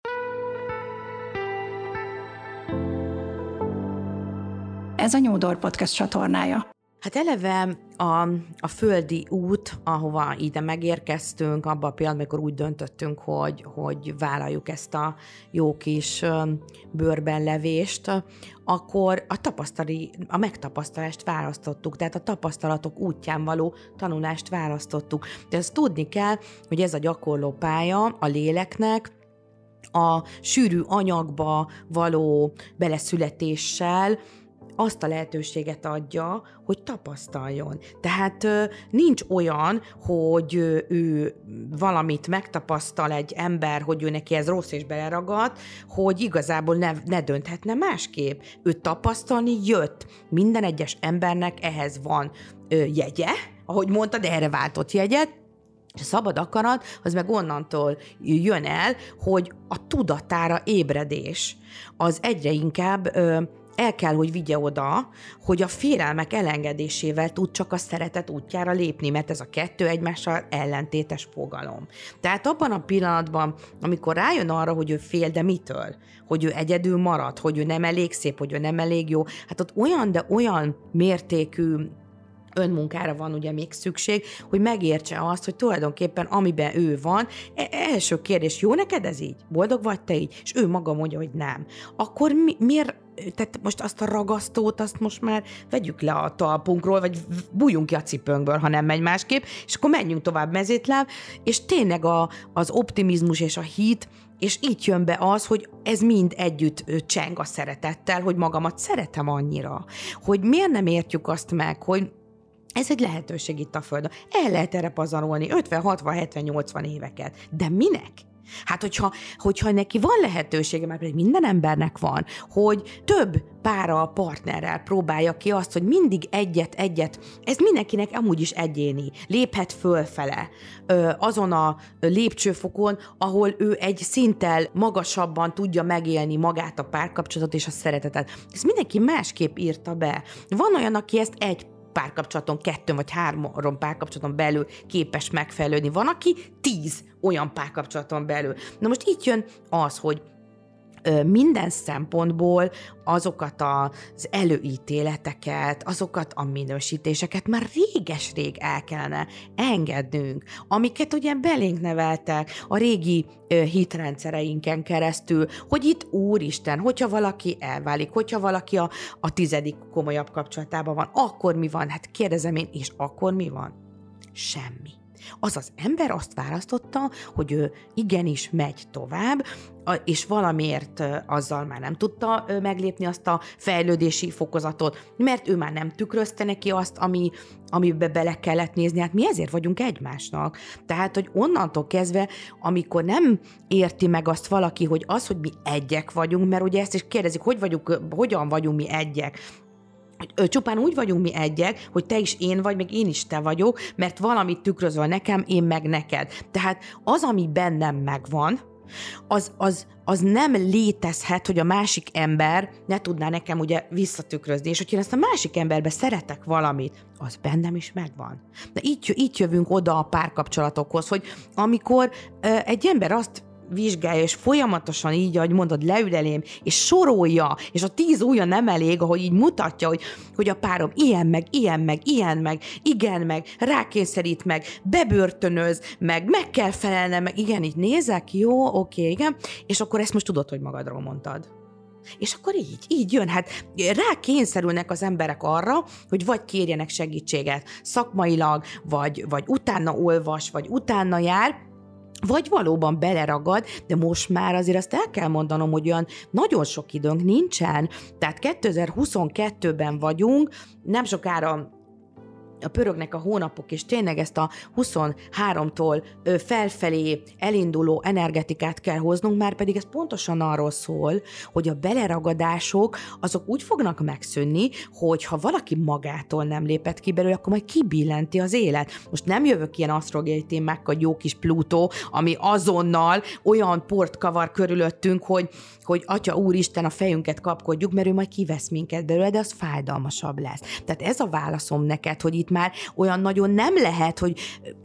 Ez a New Door Podcast csatornája. Hát eleve a, a földi út, ahova ide megérkeztünk, abban a pillanatban, amikor úgy döntöttünk, hogy, hogy vállaljuk ezt a jó kis bőrben levést, akkor a, tapasztali, a megtapasztalást választottuk, tehát a tapasztalatok útján való tanulást választottuk. De ezt tudni kell, hogy ez a gyakorlópálya a léleknek a sűrű anyagba való beleszületéssel azt a lehetőséget adja, hogy tapasztaljon. Tehát nincs olyan, hogy ő valamit megtapasztal egy ember, hogy ő neki ez rossz és beleragad, hogy igazából ne, ne dönthetne másképp. Ő tapasztalni jött. Minden egyes embernek ehhez van jegye, ahogy mondtad, erre váltott jegyet, és a szabad akarat, az meg onnantól jön el, hogy a tudatára ébredés az egyre inkább el kell, hogy vigye oda, hogy a félelmek elengedésével tud csak a szeretet útjára lépni, mert ez a kettő egymással ellentétes fogalom. Tehát abban a pillanatban, amikor rájön arra, hogy ő fél, de mitől? Hogy ő egyedül marad, hogy ő nem elég szép, hogy ő nem elég jó, hát ott olyan, de olyan mértékű önmunkára van ugye még szükség, hogy megértse azt, hogy tulajdonképpen amiben ő van, e- első kérdés, jó neked ez így? Boldog vagy te így? És ő maga mondja, hogy nem. Akkor mi, miért, tehát most azt a ragasztót, azt most már vegyük le a talpunkról, vagy bújjunk ki a cipőnkből, ha nem megy másképp, és akkor menjünk tovább mezítláb, és tényleg a, az optimizmus és a hit, és így jön be az, hogy ez mind együtt cseng a szeretettel, hogy magamat szeretem annyira, hogy miért nem értjük azt meg, hogy ez egy lehetőség itt a Földön. El lehet erre pazarolni ötven, hatvan, hetven, nyolcvan éveket. De minek? Hát, hogyha, hogyha neki van lehetősége, mert pedig minden embernek van, hogy több pára a partnerrel próbálja ki azt, hogy mindig egyet-egyet, ez mindenkinek amúgy is egyéni, léphet fölfele azon a lépcsőfokon, ahol ő egy szinttel magasabban tudja megélni magát a párkapcsolatot és a szeretetet. Ezt mindenki másképp írta be. Van olyan, aki ezt egy párkapcsolaton, kettő vagy három párkapcsolaton belül képes megfejlődni. Van, aki tíz olyan párkapcsolaton belül. Na most itt jön az, hogy minden szempontból azokat az előítéleteket, azokat a minősítéseket már réges-rég el kellene engednünk, amiket ugye belénk neveltek a régi hitrendszereinken keresztül, hogy itt úristen, hogyha valaki elválik, hogyha valaki a, a tizedik komolyabb kapcsolatában van, akkor mi van? Hát kérdezem én, és akkor mi van? Semmi. Az az ember azt választotta, hogy ő igenis megy tovább, és valamiért azzal már nem tudta meglépni azt a fejlődési fokozatot, mert ő már nem tükrözte neki azt, ami, amiben bele kellett nézni. Hát mi ezért vagyunk egymásnak. Tehát, hogy onnantól kezdve, amikor nem érti meg azt valaki, hogy az, hogy mi egyek vagyunk, mert ugye ezt is kérdezik, hogy vagyunk, hogyan vagyunk mi egyek, hogy csupán úgy vagyunk mi egyek, hogy te is én vagy, meg én is te vagyok, mert valamit tükrözöl nekem, én meg neked. Tehát az, ami bennem megvan, az, az, az nem létezhet, hogy a másik ember ne tudná nekem ugye visszatükrözni, és hogyha ezt a másik emberbe szeretek valamit, az bennem is megvan. De így, így jövünk oda a párkapcsolatokhoz, hogy amikor ö, egy ember azt vizsgálja, és folyamatosan így, ahogy mondod, leül elém, és sorolja, és a tíz ujja nem elég, ahogy így mutatja, hogy, hogy a párom ilyen meg, ilyen meg, ilyen meg, igen meg, rákényszerít meg, bebörtönöz meg, meg kell felelnem meg, igen, így nézek, jó, oké, igen, és akkor ezt most tudod, hogy magadról mondtad. És akkor így, így jön, hát rá kényszerülnek az emberek arra, hogy vagy kérjenek segítséget szakmailag, vagy, vagy utána olvas, vagy utána jár, vagy valóban beleragad, de most már azért azt el kell mondanom, hogy olyan nagyon sok időnk nincsen. Tehát kétezer-huszonkettőben vagyunk, nem sokára a pörögnek a hónapok, és tényleg ezt a huszonháromtól felfelé elinduló energetikát kell hoznunk, már pedig ez pontosan arról szól, hogy a beleragadások azok úgy fognak megszűnni, hogy ha valaki magától nem lépett ki belőle, akkor majd kibillenti az élet. Most nem jövök ilyen asztrológiai témákkal, jó kis Plutó, ami azonnal olyan port kavar körülöttünk, hogy, hogy Atya Úristen, a fejünket kapkodjuk, mert ő majd kivesz minket belőle, de az fájdalmasabb lesz. Tehát ez a válaszom neked, hogy itt már olyan nagyon nem lehet, hogy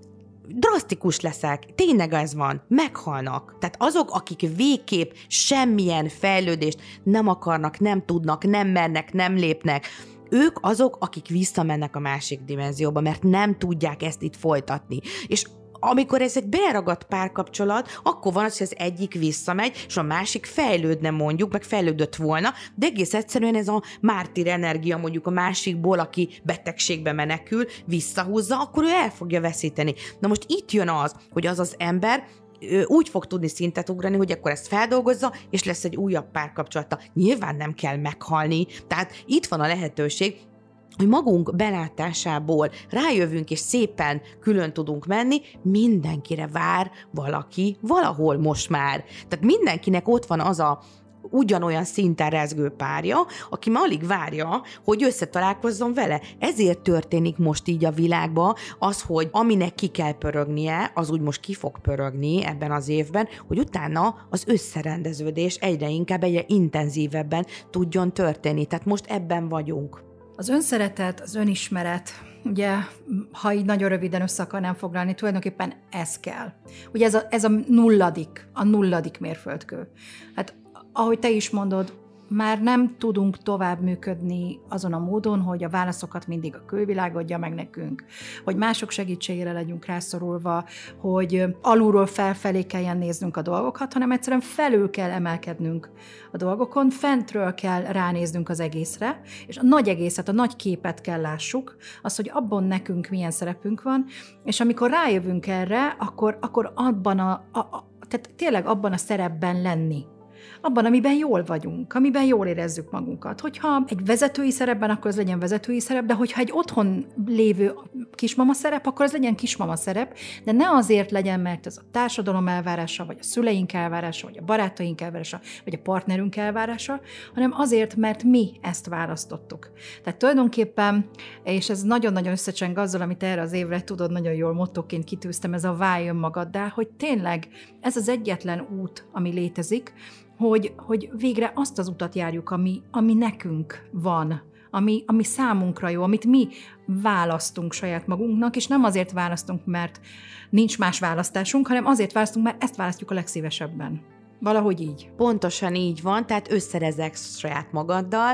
drasztikus leszek, tényleg ez van, meghalnak. Tehát azok, akik végképp semmilyen fejlődést nem akarnak, nem tudnak, nem mernek, nem lépnek, ők azok, akik visszamennek a másik dimenzióba, mert nem tudják ezt itt folytatni. És amikor ez egy beleragadt párkapcsolat, akkor van az, hogy az egyik visszamegy, és a másik fejlődne mondjuk, meg fejlődött volna, de egész egyszerűen ez a mártír energia mondjuk a másikból, aki betegségbe menekül, visszahúzza, akkor ő el fogja veszíteni. Na most itt jön az, hogy az az ember úgy fog tudni szintet ugrani, hogy akkor ezt feldolgozza, és lesz egy újabb párkapcsolata. Nyilván nem kell meghalni, tehát itt van a lehetőség, hogy magunk belátásából rájövünk, és szépen külön tudunk menni, mindenkire vár valaki valahol most már. Tehát mindenkinek ott van az a ugyanolyan szinten rezgő párja, aki már alig várja, hogy összetalálkozzon vele. Ezért történik most így a világban az, hogy aminek ki kell pörögnie, az úgy most ki fog pörögni ebben az évben, hogy utána az összerendeződés egyre inkább, egyre intenzívebben tudjon történni. Tehát most ebben vagyunk. Az önszeretet, az önismeret, ugye, ha így nagyon röviden össze akarnám foglalni, tulajdonképpen ez kell. Ugye ez a, ez a nulladik, a nulladik mérföldkő. Hát ahogy te is mondod, már nem tudunk tovább működni azon a módon, hogy a válaszokat mindig a külvilág adja meg nekünk, hogy mások segítségére legyünk rászorulva, hogy alulról felfelé kelljen néznünk a dolgokat, hanem egyszerűen felül kell emelkednünk a dolgokon, fentről kell ránéznünk az egészre, és a nagy egészet, a nagy képet kell lássuk, az, hogy abban nekünk milyen szerepünk van, és amikor rájövünk erre, akkor, akkor abban a, a, a, tehát tényleg abban a szerepben lenni. Abban, amiben jól vagyunk, amiben jól érezzük magunkat. Hogyha egy vezetői szerepben, akkor az legyen vezetői szerep, de hogyha egy otthon lévő kismama szerep, akkor az legyen kismama szerep, de ne azért legyen, mert ez a társadalom elvárása, vagy a szüleink elvárása, vagy a barátaink elvárása, vagy a partnerünk elvárása, hanem azért, mert mi ezt választottuk. Tehát tulajdonképpen, és ez nagyon-nagyon összecseng azzal, amit erre az évre tudod, nagyon jól mottoként kitűztem, ez a válj önmagaddá, hogy tényleg ez az egyetlen út, ami létezik, hogy, hogy végre azt az utat járjuk, ami, ami nekünk van, ami, ami számunkra jó, amit mi választunk saját magunknak, és nem azért választunk, mert nincs más választásunk, hanem azért választunk, mert ezt választjuk a legszívesebben. Valahogy így. Pontosan így van, tehát összerezek saját magaddal,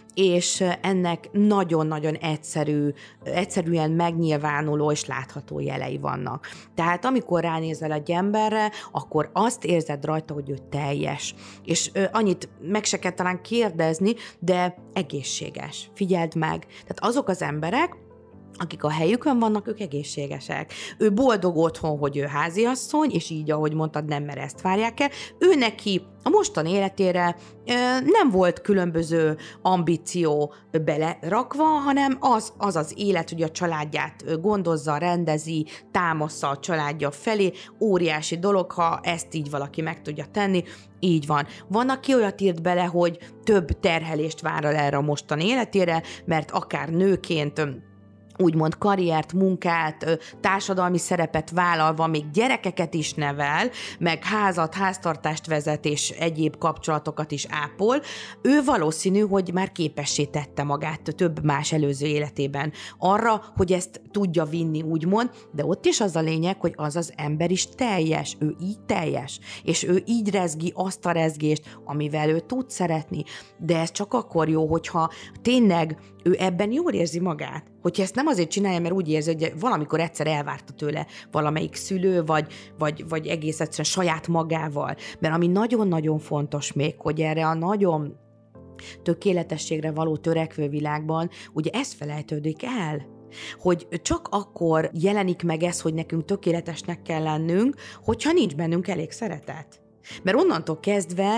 és ennek nagyon-nagyon egyszerű, egyszerűen megnyilvánuló és látható jelei vannak. Tehát amikor ránézel egy emberre, akkor azt érzed rajta, hogy ő teljes. És annyit meg se kell talán kérdezni, de egészséges. Figyeld meg. Tehát azok az emberek, akik a helyükön vannak, ők egészségesek. Ő boldog otthon, hogy ő háziasszony, és így, ahogy mondtad, nem, mert ezt várják el. Ő neki a mostani életére nem volt különböző ambíció belerakva, hanem az az, az élet, hogy a családját gondozza, rendezi, támaszza a családja felé. Óriási dolog, ha ezt így valaki meg tudja tenni. Így van. Van, aki olyat írt bele, hogy több terhelést vár el erre a mostani életére, mert akár nőként úgymond karriert, munkát, társadalmi szerepet vállalva, még gyerekeket is nevel, meg házat, háztartást vezet, és egyéb kapcsolatokat is ápol, ő valószínű, hogy már képessé tette magát több más előző életében arra, hogy ezt tudja vinni, úgymond, de ott is az a lényeg, hogy az az ember is teljes, ő így teljes, és ő így rezgi azt a rezgést, amivel ő tud szeretni, de ez csak akkor jó, hogyha tényleg ő ebben jól érzi magát. Hogyha ezt nem azért csinálja, mert úgy érzi, hogy valamikor egyszer elvárta tőle valamelyik szülő, vagy, vagy, vagy egész egyszerűen saját magával. Mert ami nagyon-nagyon fontos még, hogy erre a nagyon tökéletességre való törekvő világban, ugye ez felejtődik el, hogy csak akkor jelenik meg ez, hogy nekünk tökéletesnek kell lennünk, hogyha nincs bennünk elég szeretet. Mert onnantól kezdve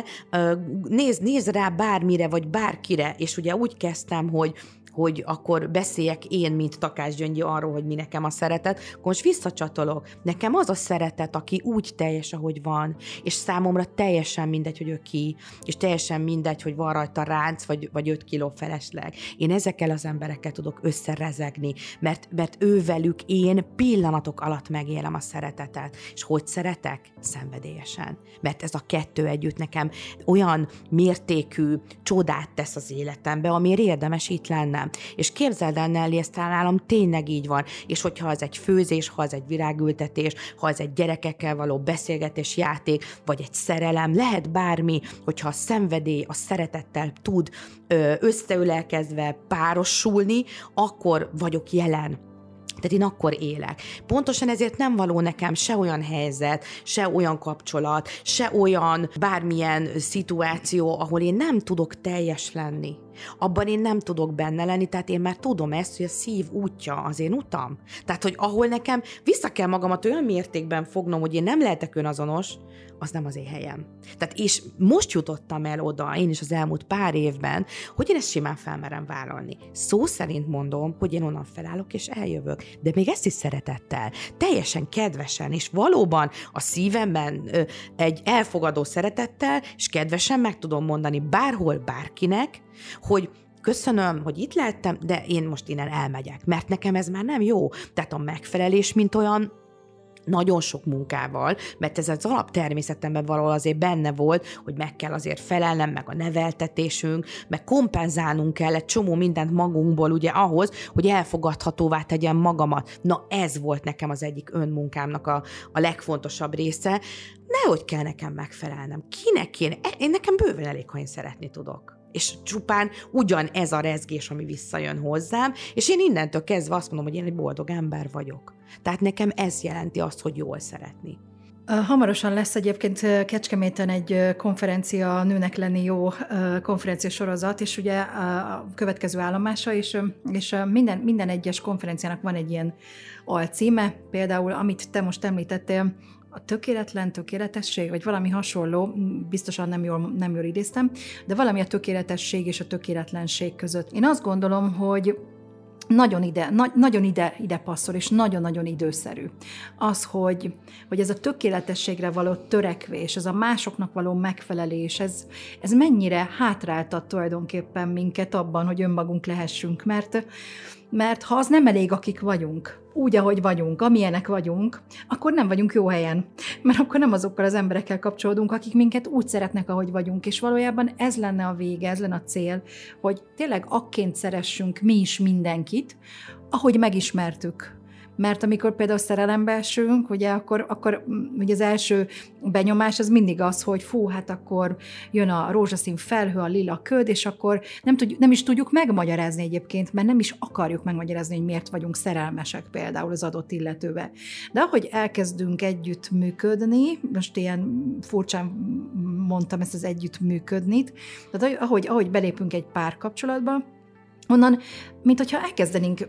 nézd, nézd rá bármire, vagy bárkire, és ugye úgy kezdtem, hogy hogy akkor beszéljek én, mint Takács Gyöngyi arról, hogy mi nekem a szeretet, akkor most visszacsatolok. Nekem az a szeretet, aki úgy teljes, ahogy van, és számomra teljesen mindegy, hogy ő ki, és teljesen mindegy, hogy van rajta ránc, vagy, vagy öt kiló felesleg. Én ezekkel az emberekkel tudok összerezegni, mert, mert ővelük én pillanatok alatt megélem a szeretetet. És hogy szeretek? Szenvedélyesen. Mert ez a kettő együtt nekem olyan mértékű csodát tesz az életembe, amiért érdemes itt lennem. És képzeld el, Nelly, ez nálam tényleg így van. És hogyha az egy főzés, ha az egy virágültetés, ha az egy gyerekekkel való beszélgetés, játék, vagy egy szerelem, lehet bármi, hogyha a szenvedély, a szeretettel tud összeülelkezve párosulni, akkor vagyok jelen. Tehát én akkor élek. Pontosan ezért nem való nekem se olyan helyzet, se olyan kapcsolat, se olyan bármilyen szituáció, ahol én nem tudok teljes lenni. Abban én nem tudok benne lenni, tehát én már tudom ezt, hogy a szív útja az én utam. Tehát, hogy ahol nekem vissza kell magamat olyan mértékben fognom, hogy én nem lehetek önazonos, az nem az én helyem. Tehát és most jutottam el oda, én is az elmúlt pár évben, hogy én ezt simán felmerem vállalni. Szó szerint mondom, hogy én onnan felállok és eljövök, de még ezt is szeretettel, teljesen kedvesen, és valóban a szívemben ö, egy elfogadó szeretettel, és kedvesen meg tudom mondani bárhol, bárkinek, hogy köszönöm, hogy itt lehettem, de én most innen elmegyek, mert nekem ez már nem jó. Tehát a megfelelés, mint olyan, nagyon sok munkával, mert ez az alaptermészetemben valahol azért benne volt, hogy meg kell azért felelnem, meg a neveltetésünk, meg kompenzálnunk kell egy csomó mindent magunkból, ugye ahhoz, hogy elfogadhatóvá tegyem magamat. Na ez volt nekem az egyik önmunkámnak a, a legfontosabb része. Nehogy kell nekem megfelelnem. Kinek kéne? Én nekem bőven elég, ha én szeretni tudok. És csupán ugyan ez a rezgés, ami visszajön hozzám, és én innentől kezdve azt mondom, hogy én egy boldog ember vagyok. Tehát nekem ez jelenti azt, hogy jól szeretni. Hamarosan lesz egyébként Kecskeméten egy konferencia, Nőnek lenni jó konferencia sorozat, és ugye a következő állomása, és, és minden, minden egyes konferenciának van egy ilyen alcíme, például amit te most említettél, a tökéletlen tökéletesség, vagy valami hasonló, biztosan nem jól, nem jól idéztem, de valami a tökéletesség és a tökéletlenség között. Én azt gondolom, hogy nagyon ide, na, nagyon ide, ide passzol, és nagyon-nagyon időszerű. Az, hogy, hogy ez a tökéletességre való törekvés, ez a másoknak való megfelelés, ez, ez mennyire hátráltat tulajdonképpen minket abban, hogy önmagunk lehessünk, mert, mert ha az nem elég, akik vagyunk, úgy, ahogy vagyunk, amilyenek vagyunk, akkor nem vagyunk jó helyen. Mert akkor nem azokkal az emberekkel kapcsolódunk, akik minket úgy szeretnek, ahogy vagyunk. És valójában ez lenne a vége, ez lenne a cél, hogy tényleg akként szeressünk mi is mindenkit, ahogy megismertük. Mert amikor például szerelembe esünk, ugye, akkor, akkor ugye az első benyomás az mindig az, hogy fú, hát akkor jön a rózsaszín felhő, a lila köd, és akkor nem, tudjuk, nem is tudjuk megmagyarázni egyébként, mert nem is akarjuk megmagyarázni, hogy miért vagyunk szerelmesek például az adott illetőbe. De ahogy elkezdünk együttműködni, most ilyen furcsán mondtam ezt az együttműködnit, tehát ahogy, ahogy belépünk egy párkapcsolatba, onnan, mint hogyha elkezdenénk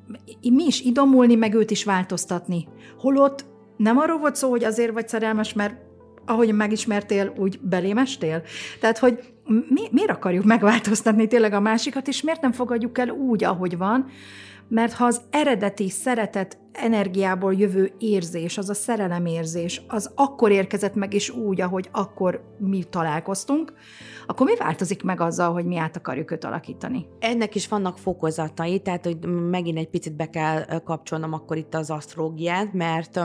mi is idomulni, meg őt is változtatni. Holott nem arról volt szó, hogy azért vagy szerelmes, mert ahogy megismertél, úgy belém estél. Tehát, hogy mi, miért akarjuk megváltoztatni tényleg a másikat, és miért nem fogadjuk el úgy, ahogy van, mert ha az eredeti szeretet energiából jövő érzés, az a szerelemérzés, az akkor érkezett meg, és úgy, ahogy akkor mi találkoztunk, akkor mi változik meg azzal, hogy mi át akarjuk őt alakítani? Ennek is vannak fokozatai, tehát hogy megint egy picit be kell kapcsolnom akkor itt az asztrológiát, mert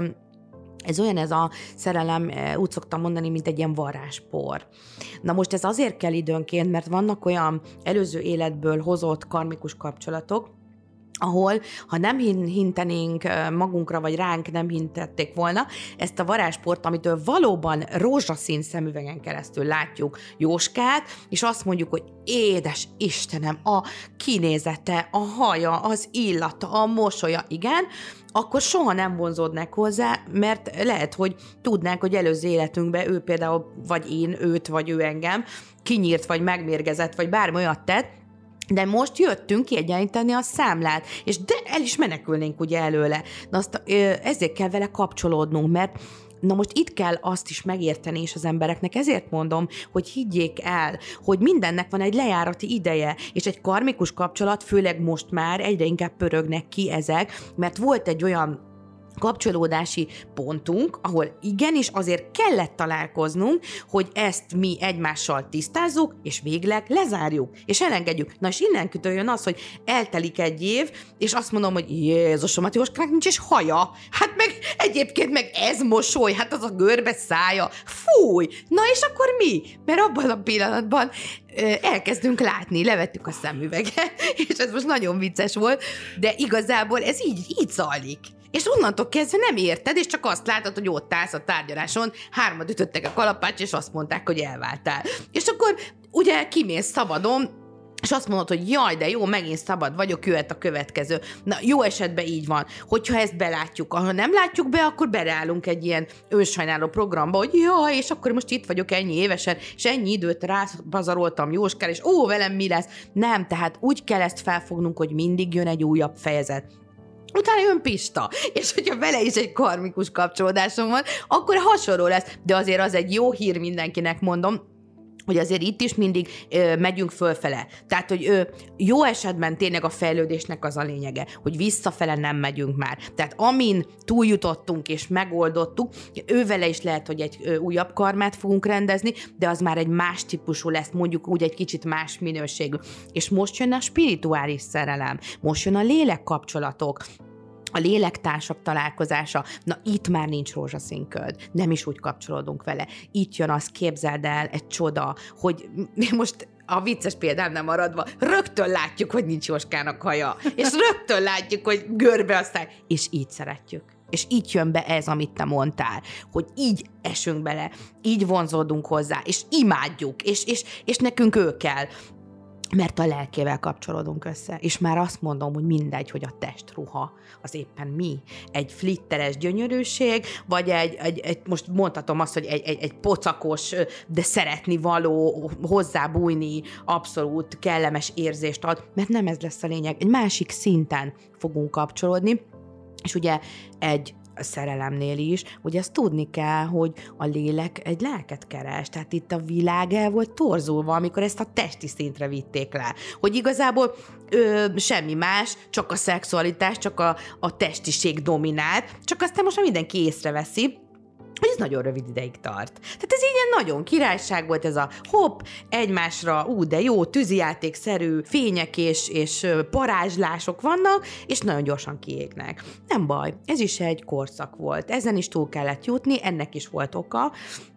ez olyan, ez a szerelem, úgy szoktam mondani, mint egy ilyen varázspor. Na most ez azért kell időnként, mert vannak olyan előző életből hozott karmikus kapcsolatok, ahol, ha nem hintenénk magunkra, vagy ránk nem hintették volna, ezt a varázsport, amitől valóban rózsaszín szemüvegen keresztül látjuk Jóskát, és azt mondjuk, hogy édes Istenem, a kinézete, a haja, az illata, a mosolya, igen, akkor soha nem vonzódnak hozzá, mert lehet, hogy tudnánk, hogy előző életünkben ő például, vagy én őt, vagy ő engem kinyírt, vagy megmérgezett, vagy bármi olyat tett, de most jöttünk kiegyenlíteni a számlát, és de el is menekülnénk ugye előle. Na azt, ezért kell vele kapcsolódnunk, mert na most itt kell azt is megérteni is az embereknek, ezért mondom, hogy higgyék el, hogy mindennek van egy lejárati ideje, és egy karmikus kapcsolat, főleg most már egyre inkább pörögnek ki ezek, mert volt egy olyan kapcsolódási pontunk, ahol igenis azért kellett találkoznunk, hogy ezt mi egymással tisztázzuk, és végleg lezárjuk, és elengedjük. Na és innen jön az, hogy eltelik egy év, és azt mondom, hogy Jézusom, hát Jóskának nincs is haja, hát meg egyébként meg ez mosoly, hát az a görbe szája, fúj! Na és akkor mi? Mert abban a pillanatban elkezdünk látni, levettük a szemüveget, és ez most nagyon vicces volt, de igazából ez így, így zajlik. És onnantól kezdve nem érted, és csak azt látod, hogy ott állsz a tárgyaláson, hármat ütöttek a kalapács, és azt mondták, hogy elváltál. És akkor ugye kimész szabadon, és azt mondod, hogy jaj, de jó, megint szabad vagyok, jöhet a következő. Na, jó esetben így van. Hogyha ezt belátjuk, ha nem látjuk be, akkor beleállunk egy ilyen önsajnáló programba, hogy jaj, és akkor most itt vagyok ennyi évesen, és ennyi időt rápazaroltam Jóskára, és ó, velem mi lesz? Nem, tehát úgy kell ezt felfognunk, hogy mindig jön egy újabb fejezet. Utána jön Pista, és hogyha vele is egy karmikus kapcsolódásom van, akkor hasonló lesz, de azért az egy jó hír mindenkinek, mondom, hogy azért itt is mindig ö, megyünk fölfele. Tehát, hogy ö, jó esetben tényleg a fejlődésnek az a lényege, hogy visszafele nem megyünk már. Tehát amin túljutottunk és megoldottuk, ővele is lehet, hogy egy ö, újabb karmát fogunk rendezni, de az már egy más típusú lesz, mondjuk úgy egy kicsit más minőségű. És most jön a spirituális szerelem, most jön a lélekkapcsolatok, a lélektársak találkozása, na itt már nincs rózsaszínköd, nem is úgy kapcsolódunk vele. Itt jön az, képzeld el, egy csoda, hogy most a vicces példám nem maradva, rögtön látjuk, hogy nincs Jóskának haja, és rögtön látjuk, hogy görbe aztán, és így szeretjük. És így jön be ez, amit te mondtál, hogy így esünk bele, így vonzódunk hozzá, és imádjuk, és, és, és nekünk ő kell. Mert a lelkével kapcsolódunk össze, és már azt mondom, hogy mindegy, hogy a testruha az éppen mi. Egy flitteres gyönyörűség, vagy egy, egy, egy most mondhatom azt, hogy egy, egy, egy pocakos, de szeretni való, hozzábújni, abszolút kellemes érzést ad, mert nem ez lesz a lényeg. Egy másik szinten fogunk kapcsolódni, és ugye egy a szerelemnél is, hogy ezt tudni kell, hogy a lélek egy lelket keres, tehát itt a világ el volt torzulva, amikor ezt a testi szintre vitték le, hogy igazából ö, semmi más, csak a szexualitás, csak a, a testiség dominált, csak aztán most már mindenki észreveszi, hogy ez nagyon rövid ideig tart. Tehát ez ilyen nagyon királyság volt, ez a hopp, egymásra, ú, de jó, tűzijátékszerű fények és, és parázslások vannak, és nagyon gyorsan kiégnek. Nem baj, ez is egy korszak volt. Ezen is túl kellett jutni, ennek is volt oka,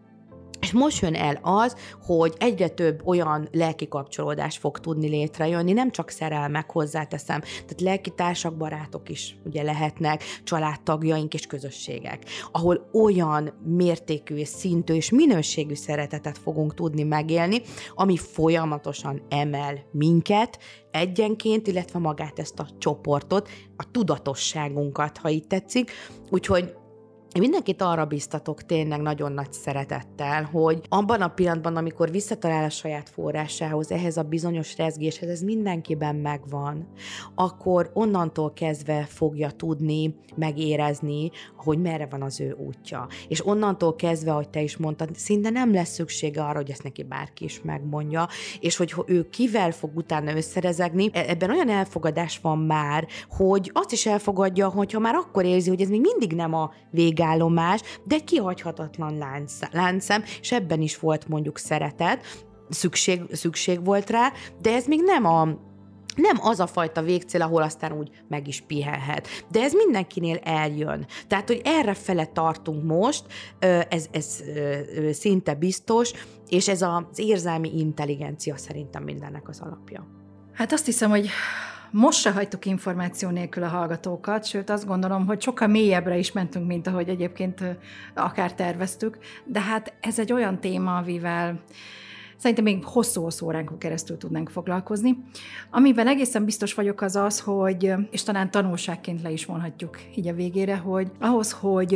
és most jön el az, hogy egyre több olyan lelki kapcsolódás fog tudni létrejönni, nem csak szerelmek, hozzáteszem, tehát lelkitársak, barátok is ugye lehetnek, családtagjaink és közösségek, ahol olyan mértékű és szintű és minőségű szeretetet fogunk tudni megélni, ami folyamatosan emel minket egyenként, illetve magát ezt a csoportot, a tudatosságunkat, ha így tetszik, úgyhogy Mindenkit arra biztatok tényleg nagyon nagy szeretettel, hogy abban a pillanatban, amikor visszatalál a saját forrásához, ehhez a bizonyos rezgéshez, ez mindenkiben megvan, akkor onnantól kezdve fogja tudni, megérezni, hogy merre van az ő útja. És onnantól kezdve, ahogy te is mondtad, szinte nem lesz szüksége arra, hogy ezt neki bárki is megmondja, és hogy ő kivel fog utána összerezegni. Ebben olyan elfogadás van már, hogy azt is elfogadja, hogyha már akkor érzi, hogy ez még mindig nem a végállomás, de egy kihagyhatatlan lánc, láncszem, és ebben is volt mondjuk szeretet, szükség, szükség volt rá, de ez még nem a Nem az a fajta végcél, ahol aztán úgy meg is pihenhet. De ez mindenkinél eljön. Tehát, hogy erre fele tartunk most, ez, ez szinte biztos, és ez az érzelmi intelligencia szerintem mindennek az alapja. Hát azt hiszem, hogy most se hagytuk információ nélkül a hallgatókat, sőt azt gondolom, hogy sokkal mélyebbre is mentünk, mint ahogy egyébként akár terveztük, de hát ez egy olyan téma, amivel szerintem még hosszú-hosszú óránkon keresztül tudnánk foglalkozni. Amiben egészen biztos vagyok az az, hogy, és talán tanulságként le is vonhatjuk így a végére, hogy ahhoz, hogy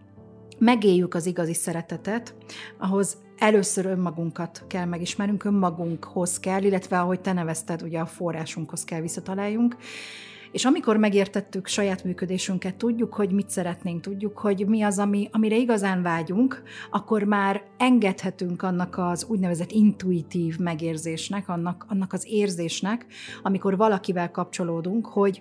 megéljük az igazi szeretetet, ahhoz először önmagunkat kell megismerünk, önmagunkhoz kell, illetve ahogy te nevezted, ugye a forrásunkhoz kell visszataláljunk. És amikor megértettük saját működésünket, tudjuk, hogy mit szeretnénk, tudjuk, hogy mi az, ami, amire igazán vágyunk, akkor már engedhetünk annak az úgynevezett intuitív megérzésnek, annak, annak az érzésnek, amikor valakivel kapcsolódunk, hogy,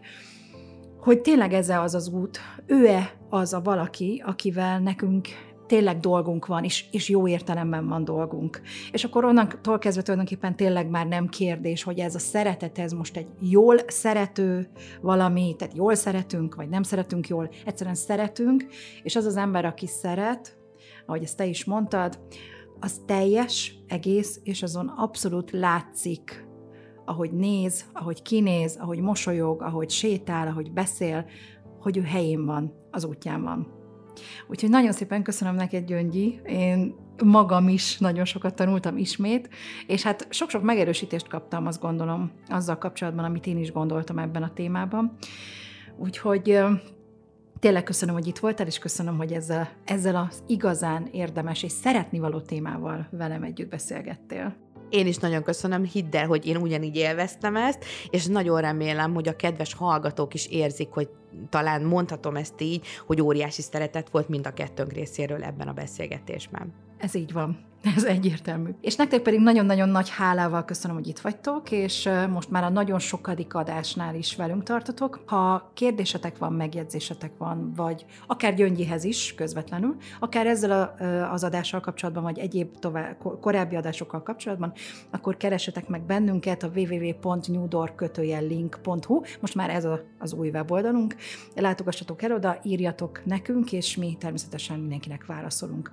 hogy tényleg ez az az út, ő-e az a valaki, akivel nekünk tényleg dolgunk van, és, és jó értelemben van dolgunk. És akkor onnantól kezdve tulajdonképpen tényleg már nem kérdés, hogy ez a szeretet, ez most egy jól szerető valami, tehát jól szeretünk, vagy nem szeretünk jól, egyszerűen szeretünk, és az az ember, aki szeret, ahogy ezt te is mondtad, az teljes, egész, és azon abszolút látszik, ahogy néz, ahogy kinéz, ahogy mosolyog, ahogy sétál, ahogy beszél, hogy ő helyén van, az útján van. Úgyhogy nagyon szépen köszönöm neked, Gyöngyi, én magam is nagyon sokat tanultam ismét, és hát sok-sok megerősítést kaptam, azt gondolom, azzal kapcsolatban, amit én is gondoltam ebben a témában. Úgyhogy tényleg köszönöm, hogy itt voltál, és köszönöm, hogy ezzel, ezzel az igazán érdemes és szeretnivaló témával velem együtt beszélgettél. Én is nagyon köszönöm, hidd el, hogy én ugyanígy élveztem ezt, és nagyon remélem, hogy a kedves hallgatók is érzik, hogy talán mondhatom ezt így, hogy óriási szeretet volt mind a kettőnk részéről ebben a beszélgetésben. Ez így van. Ez egyértelmű. És nektek pedig nagyon-nagyon nagy hálával köszönöm, hogy itt vagytok, és most már a nagyon sokadik adásnál is velünk tartotok. Ha kérdésetek van, megjegyzésetek van, vagy akár Gyöngyihez is közvetlenül, akár ezzel a, az adással kapcsolatban, vagy egyéb tovább, korábbi adásokkal kapcsolatban, akkor keressetek meg bennünket a double-u double-u double-u pont newdor kötőjel link pont hu. Most már ez a, az új weboldalunk. Látogassatok el oda, írjatok nekünk, és mi természetesen mindenkinek válaszolunk.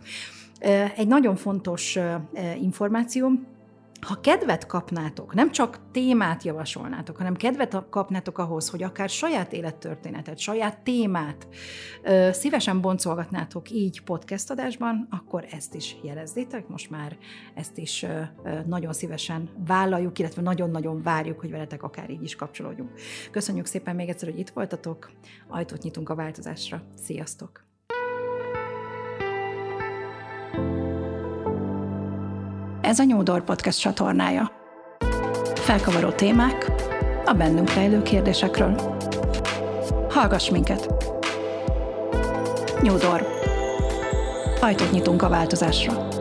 Egy nagyon fontos információ, ha kedvet kapnátok, nem csak témát javasolnátok, hanem kedvet kapnátok ahhoz, hogy akár saját élettörténetet, saját témát szívesen boncolgatnátok így podcast adásban, akkor ezt is jelezzétek, most már ezt is nagyon szívesen vállaljuk, illetve nagyon-nagyon várjuk, hogy veletek akár így is kapcsolódjunk. Köszönjük szépen még egyszer, hogy itt voltatok, ajtót nyitunk a változásra. Sziasztok! Ez a New Door Podcast csatornája. Felkavaró témák a bennünk rejlő kérdésekről. Hallgass minket! New Door. Ajtót nyitunk a változásra.